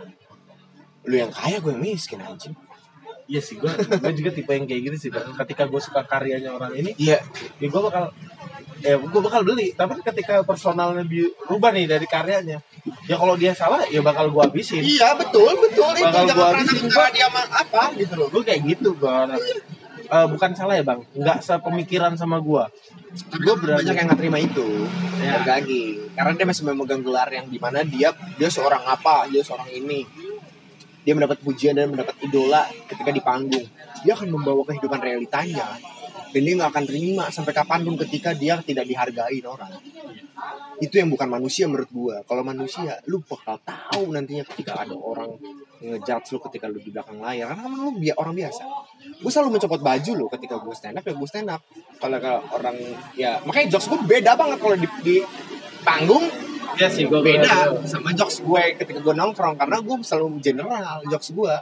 Speaker 2: Lu yang kaya, gue yang miskin anjing.
Speaker 1: Iya sih, gue gue juga tipe yang kayak gitu sih Bang. Ketika gue suka karyanya orang ini,
Speaker 2: Iya.
Speaker 1: ya gue bakal ya gue bakal beli. Tapi ketika personalnya berubah nih dari karyanya, ya kalau dia salah ya bakal gue habisin.
Speaker 2: Iya betul betul itu
Speaker 1: Bakal
Speaker 2: jangan
Speaker 1: gua
Speaker 2: pernah
Speaker 1: habisin,
Speaker 2: bicara dia sama apa gitu loh.
Speaker 1: Gue kayak gitu gue. Eh, bukan salah ya bang, nggak sepemikiran sama gue. Gue berani.
Speaker 2: Banyak yang nggak terima itu.
Speaker 1: Ya.
Speaker 2: Balik lagi karena dia masih memegang gelar yang dimana dia dia seorang apa, dia seorang ini. Dia mendapat pujian dan mendapat idola ketika di panggung. Dia akan membawa kehidupan realitanya. Dan dia nggak akan terima sampai kapanpun ketika dia tidak dihargai orang. Itu yang bukan manusia menurut gua. Kalau manusia, lu bakal tahu nantinya ketika ada orang ngejudge lu ketika lu di belakang layar. Karena kan lu bi- orang biasa. Gue selalu mencopot baju lu ketika gue stand up ya gue stand up. Kalau kalau orang ya makanya jokes gue beda banget kalau di, di panggung.
Speaker 1: Iya sih, gue
Speaker 2: Beda sama jokes gue ketika gue nongkrong karena gue selalu general jokes gue.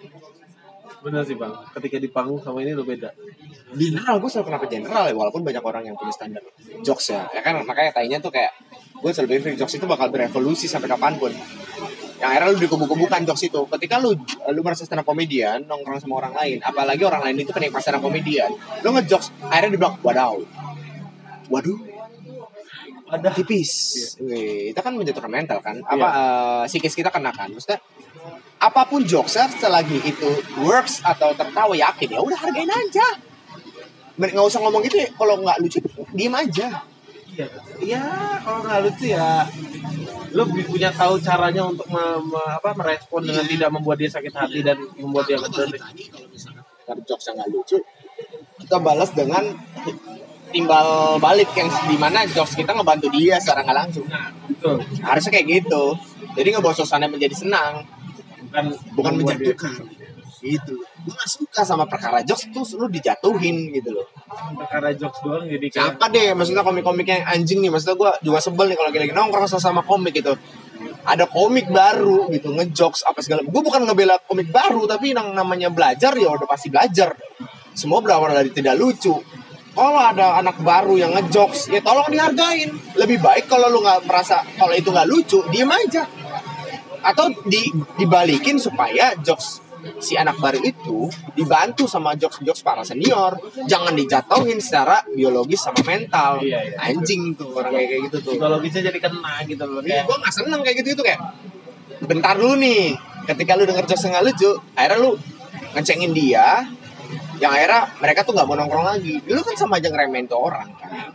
Speaker 1: Bener sih bang, ketika di panggung sama ini lo beda.
Speaker 2: General gue selalu kenapa general ya walaupun banyak orang yang punya standar jokes ya. Ya kan makanya tanya tuh kayak gue selalu pikir jokes itu bakal berevolusi sampai kapanpun. Yang akhirnya lu dikubu-kubukan jokes itu. Ketika lu lu merasa stand up comedian nongkrong sama orang lain, apalagi orang lain itu penikmat stand up comedian, lu ngejokes akhirnya dibilang wadaw. Waduh.
Speaker 1: Ada
Speaker 2: Tipis. Wih, itu kan menjatuhkan mental kan. Apa eh, psikis kita kena kan. Maksudnya apapun jokesnya selagi itu works atau tertawa yakin ya udah hargain aja. Nggak usah ngomong gitu ya. Kalau nggak lucu diem aja.
Speaker 1: Iya, iya kalau nggak lucu ya, lo punya tahu caranya untuk me- me- apa merespon dengan tidak membuat dia sakit hati dan membuat dia berhenti.
Speaker 2: Kalau misalnya karena jokesnya nggak lucu, kita balas dengan timbal balik yang dimana jokes kita ngebantu dia secara nggak langsung.
Speaker 1: Nah, betul.
Speaker 2: Harusnya kayak gitu. Jadi ngebawa suasana menjadi senang,
Speaker 1: Bukan
Speaker 2: bukan
Speaker 1: membuat dia-
Speaker 2: menjatuhkan. Gitu. Gue gak suka sama perkara jokes terus lu dijatuhin gitu loh.
Speaker 1: perkara jokes doang jadi kayak
Speaker 2: Siapa deh maksudnya komik-komik yang anjing nih. Maksudnya gue juga sebel nih kalau lagi nongkrong sama komik gitu. Ada komik baru gitu ngejokes apa segala. Gue bukan ngebela komik baru tapi yang namanya belajar ya udah pasti belajar. Semua berawal dari tidak lucu. kalau ada anak baru yang ngejokes, ya tolong dihargain. Lebih baik kalau lu nggak merasa kalau itu nggak lucu, diem aja. Atau di dibalikin supaya jokes si anak baru itu dibantu sama jokes-jokes para senior. Jangan dijatuhin secara biologis sama mental.
Speaker 1: Iya, iya.
Speaker 2: Anjing tuh orang kayak gitu tuh.
Speaker 1: Psikologisnya jadi kena gitu loh.
Speaker 2: Iya,
Speaker 1: Kayak,
Speaker 2: gue gak seneng kayak gitu itu kayak bentar dulu nih, ketika lu denger jokes yang gak lucu, akhirnya lu ngecengin dia, yang akhirnya mereka tuh gak mau nongkrong lagi. Lu kan sama aja ngeremehin tuh orang kan.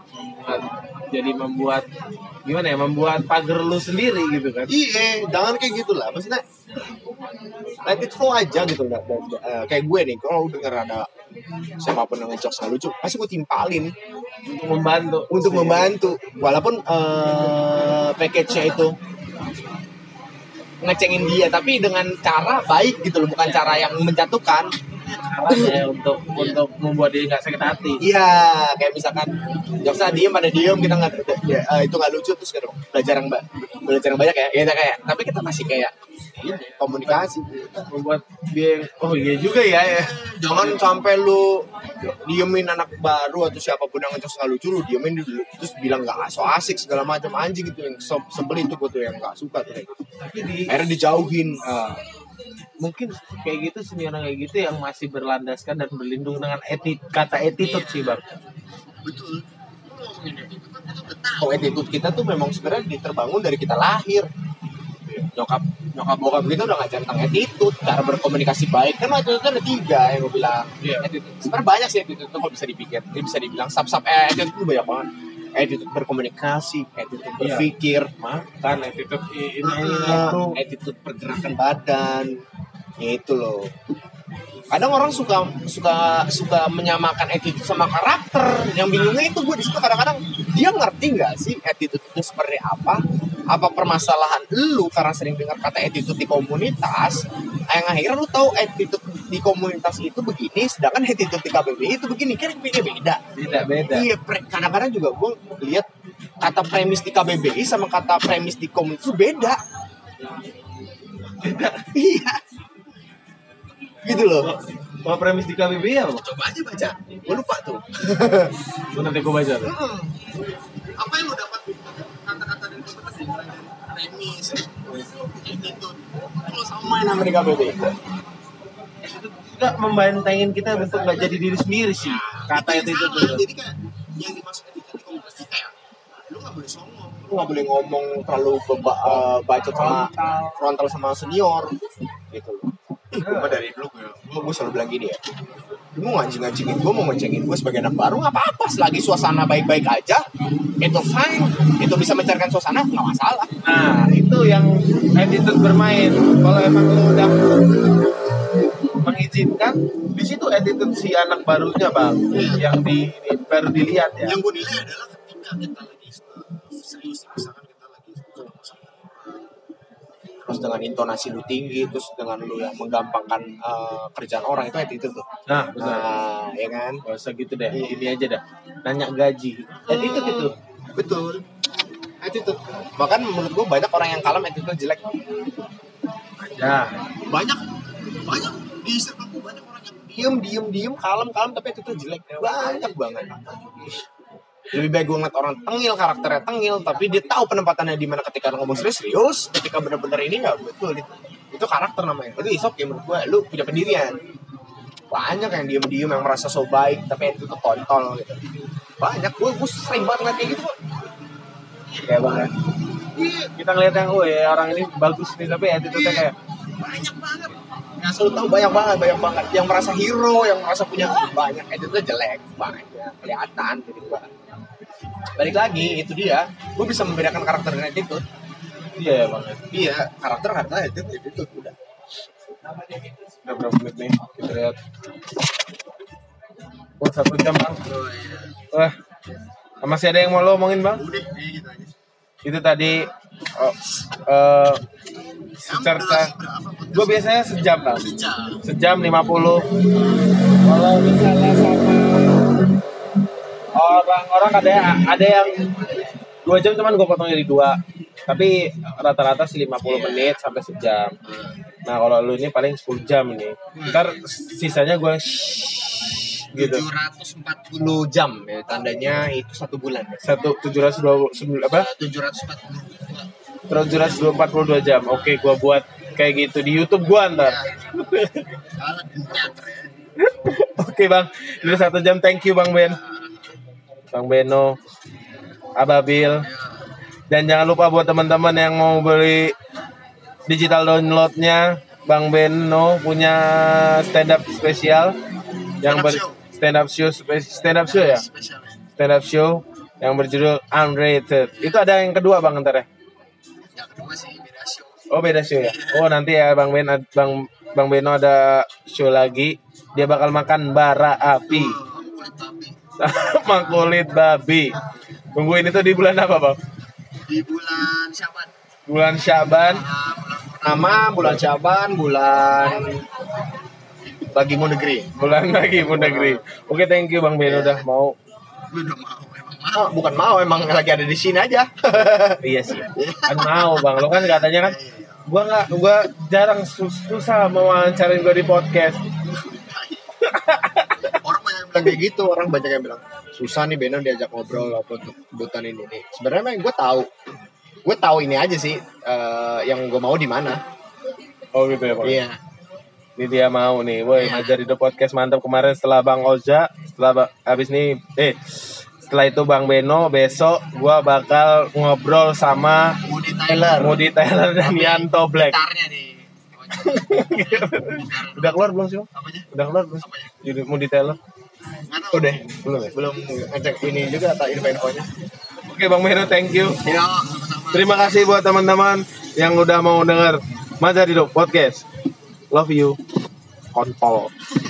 Speaker 1: jadi membuat gimana ya, membuat pagar lu sendiri gitu kan.
Speaker 2: Iya, jangan kayak gitu lah. Maksudnya let it flow aja gitu lah. Uh, kayak gue nih, kalau denger ada siapapun yang ngejokes gak lucu, pasti gue timpalin
Speaker 1: Untuk membantu.
Speaker 2: untuk membantu. Walaupun uh, package-nya itu ngecengin dia, tapi dengan cara baik gitu loh, bukan cara yang menjatuhkan.
Speaker 1: Caranya untuk untuk membuat dia nggak sakit hati.
Speaker 2: Iya, kayak misalkan jokesnya diem pada diem, kita nggak ya, uh, itu nggak lucu, terus kita belajar yang ba- belajar yang banyak ya, kita kayak, tapi kita masih kayak ini komunikasi,
Speaker 1: Membuat dia oh iya juga ya, ya.
Speaker 2: jangan sampai lu diemin anak baru atau siapapun yang ngejokes nggak lucu, lu diemin dulu, terus bilang nggak so asik segala macam, anjing gitu yang se- sebel itu gue tuh yang nggak suka tuh.
Speaker 1: Tapi di
Speaker 2: Akhirnya dijauhin.
Speaker 1: ah, mungkin kayak gitu senior kayak gitu yang masih berlandaskan dan berlindung dengan etit kata attitude sih bang.
Speaker 3: Betul. Lu ngomongin attitude kan kita udah tahu.
Speaker 2: Oh, attitude kita tuh memang sebenarnya terbangun dari kita lahir. Nyokap nyokap bokap kita udah ngajarin tentang attitude, cara berkomunikasi baik. Kan attitude itu ada tiga yang gue bilang.
Speaker 1: Iya.
Speaker 2: Attitude. Sebenarnya banyak sih attitude itu kalau bisa dipikir. Ini bisa dibilang sub-sub eh, attitude itu banyak banget. Attitude berkomunikasi, attitude berpikir,
Speaker 1: Makan attitude ini ini
Speaker 2: Ah,
Speaker 1: itu.
Speaker 2: attitude pergerakan badan. Itu loh. Kadang orang suka suka suka menyamakan attitude sama karakter. Yang bingungnya itu gue di situ kadang-kadang dia ngerti nggak sih attitude itu seperti apa? Apa permasalahan lu karena sering dengar kata attitude di komunitas, yang akhirnya lu tahu attitude di komunitas itu begini, sedangkan attitude di K B B I itu begini, kan beda-beda.
Speaker 1: Tidak beda.
Speaker 2: Iya, pre- kadang-kadang juga gue lihat kata premis di K B B I sama kata premis di komunitas itu beda. Iya. Gitu loh.
Speaker 1: Kalau premis di K B B I apa?
Speaker 3: Coba aja baca.
Speaker 2: Gue lupa tuh.
Speaker 1: Gue nanti gue baca tuh.
Speaker 3: Hmm. Apa yang lo dapat kata-kata dari komunitas yang mulai dari premis, attitude. Kalau sama
Speaker 2: Main sama di K B B I.
Speaker 1: Itu juga membantengin kita untuk nggak jadi diri sendiri sih. Kata itu itu tuh.
Speaker 3: Jadi kayak yang dimaksud attitude di komunitas itu kayak lu nggak boleh songong.
Speaker 2: Lu gak boleh ngomong terlalu beba- uh, bacot sama frontal sama senior. Gitu loh. Ih, gue mah dari dulu gue, gue, gue selalu bilang gini ya. Lu mau ngancing-ngancingin gue, mau ngecengin gue sebagai anak baru, gak apa-apa. Selagi suasana baik-baik aja, itu fine. Itu bisa mencairkan suasana, gak masalah.
Speaker 1: Nah itu yang attitude bermain. Kalau emang lu udah mengizinkan, di situ attitude si anak barunya bang, yang di ini baru dilihat ya.
Speaker 3: Yang gue nilai adalah ketika kita lagi uh, serius, misalkan kita lagi ketemu sama orang,
Speaker 2: Terus dengan intonasi lu tinggi, terus dengan lu yang menggampangkan uh, kerjaan orang, itu attitude tuh.
Speaker 1: Nah benar.
Speaker 2: Nah, ya kan?
Speaker 1: Gak usah gitu deh, ini aja dah. Nanya gaji. Attitude itu.
Speaker 2: Betul. Attitude. Bahkan menurut gue banyak orang yang kalem attitude jelek.
Speaker 1: Ya.
Speaker 3: banyak banyak di circle gue banyak orang yang
Speaker 2: Diem, diem, diem, kalem, kalem, tapi attitude jelek. Banyak banget. Lebih baik gue ngeliat orang tengil, karakternya tengil, tapi dia tahu penempatannya di mana ketika ngomong serius, serius. Ketika bener-bener ini nggak betul. Itu, itu karakter namanya. Itu isok ya menurut gue. Lu punya pendirian. Banyak yang diem-diem, yang merasa so baik, tapi itu tuh kontol gitu. Banyak. Gue gue sering banget ngeliat kayak gitu kok. Kayak banget.
Speaker 1: Kita ngeliat yang, oh ya orang ini bagus nih, tapi attitude-nya kayak
Speaker 3: banyak banget.
Speaker 2: Nggak selalu tahu banyak banget, banyak banget. Yang merasa hero, yang merasa punya ah, banyak. Attitude jelek, banyak. Kelihatan gitu gua. Balik lagi, itu dia. Gue bisa membedakan karakter dan attitude.
Speaker 1: iya ya bang.
Speaker 2: Iya, karakter, karakter, attitude, attitude. Udah.
Speaker 1: Udah berapa menit nih? Kita lihat. Wah satu jam bang. Wah, masih ada yang mau lo omongin bang?
Speaker 3: Udah, kayak gitu aja.
Speaker 1: Itu tadi oh, eh secerca. Gue biasanya sejam bang.
Speaker 3: Sejam.
Speaker 1: Sejam lima puluh. Kalau misalnya sama orang-orang ada ada yang dua jam, cuman gue potong jadi dua. Tapi rata-rata sih lima puluh menit sampai sejam. Nah kalau lu ini paling sepuluh jam ini. Ntar sisanya gue gitu.
Speaker 2: tujuh ratus empat puluh jam ya, tandanya itu satu bulan.
Speaker 1: Satu tujuh ratus dua puluh apa?
Speaker 2: tujuh ratus empat puluh.
Speaker 1: tujuh ratus empat puluh dua jam. Oke, gua buat kayak gitu di YouTube gua ntar.
Speaker 2: Kalau nyatre ya.
Speaker 1: Oke bang, ini satu jam. Thank you bang Ben, bang Beno, Ababil. Dan jangan lupa buat teman-teman yang mau beli digital downloadnya, Bang Beno punya stand up spesial yang ber stand up show stand up show ya, stand up show yang berjudul Unrated. Itu ada yang kedua bang ntar ya?
Speaker 2: Yang kedua sih beda show.
Speaker 1: Oh beda show ya. Oh nanti ya bang Ben, bang bang Beno ada show lagi. Dia bakal makan bara api. Sama kulit babi. Tungguin itu di bulan apa bang?
Speaker 2: Di bulan Syaban.
Speaker 1: Bulan Syaban.
Speaker 2: Nama bulan Syaban, bulan bagimu negeri.
Speaker 1: Bulan bagimu negeri. Oke, thank you Bang Ben udah mau.
Speaker 2: Lu udah mau, emang mau. Bukan mau, emang lagi ada di sini aja.
Speaker 1: Iya sih. Kan mau Bang. Lo kan katanya kan gua nggak, gua jarang sus- susah mau wawancarain gua di podcast.
Speaker 2: Orang banyak yang bilang kayak gitu, orang banyak yang bilang susah nih Beno diajak ngobrol apa untuk kebutuhan ini nih. Sebenarnya emang gue tahu, gue tahu ini aja sih uh, yang gue mau di mana.
Speaker 1: Oh gitu ya Bang.
Speaker 2: Iya.
Speaker 1: Ini dia mau nih, woi
Speaker 2: Iya.
Speaker 1: Majari The Podcast mantap kemarin setelah Bang Oza, setelah ba- habis nih, eh setelah itu Bang Beno, besok gua bakal ngobrol sama
Speaker 2: Moody Taylor.
Speaker 1: Moody Taylor dan Yanto Black.
Speaker 2: Gitarnya nih.
Speaker 1: Udah keluar belum sih Bang?
Speaker 2: Apanya?
Speaker 1: Udah keluar belum?
Speaker 2: Apanya?
Speaker 1: Jadi Moody Taylor.
Speaker 2: Nggak tahu deh.
Speaker 1: Belum ya?
Speaker 2: Belum ngecek ini juga tak info-infonya.
Speaker 1: Oke Bang Beno, thank you.
Speaker 2: Iya, sama-sama.
Speaker 1: Terima kasih buat teman-teman yang udah mau denger Majari The Podcast. Love you. Kontol.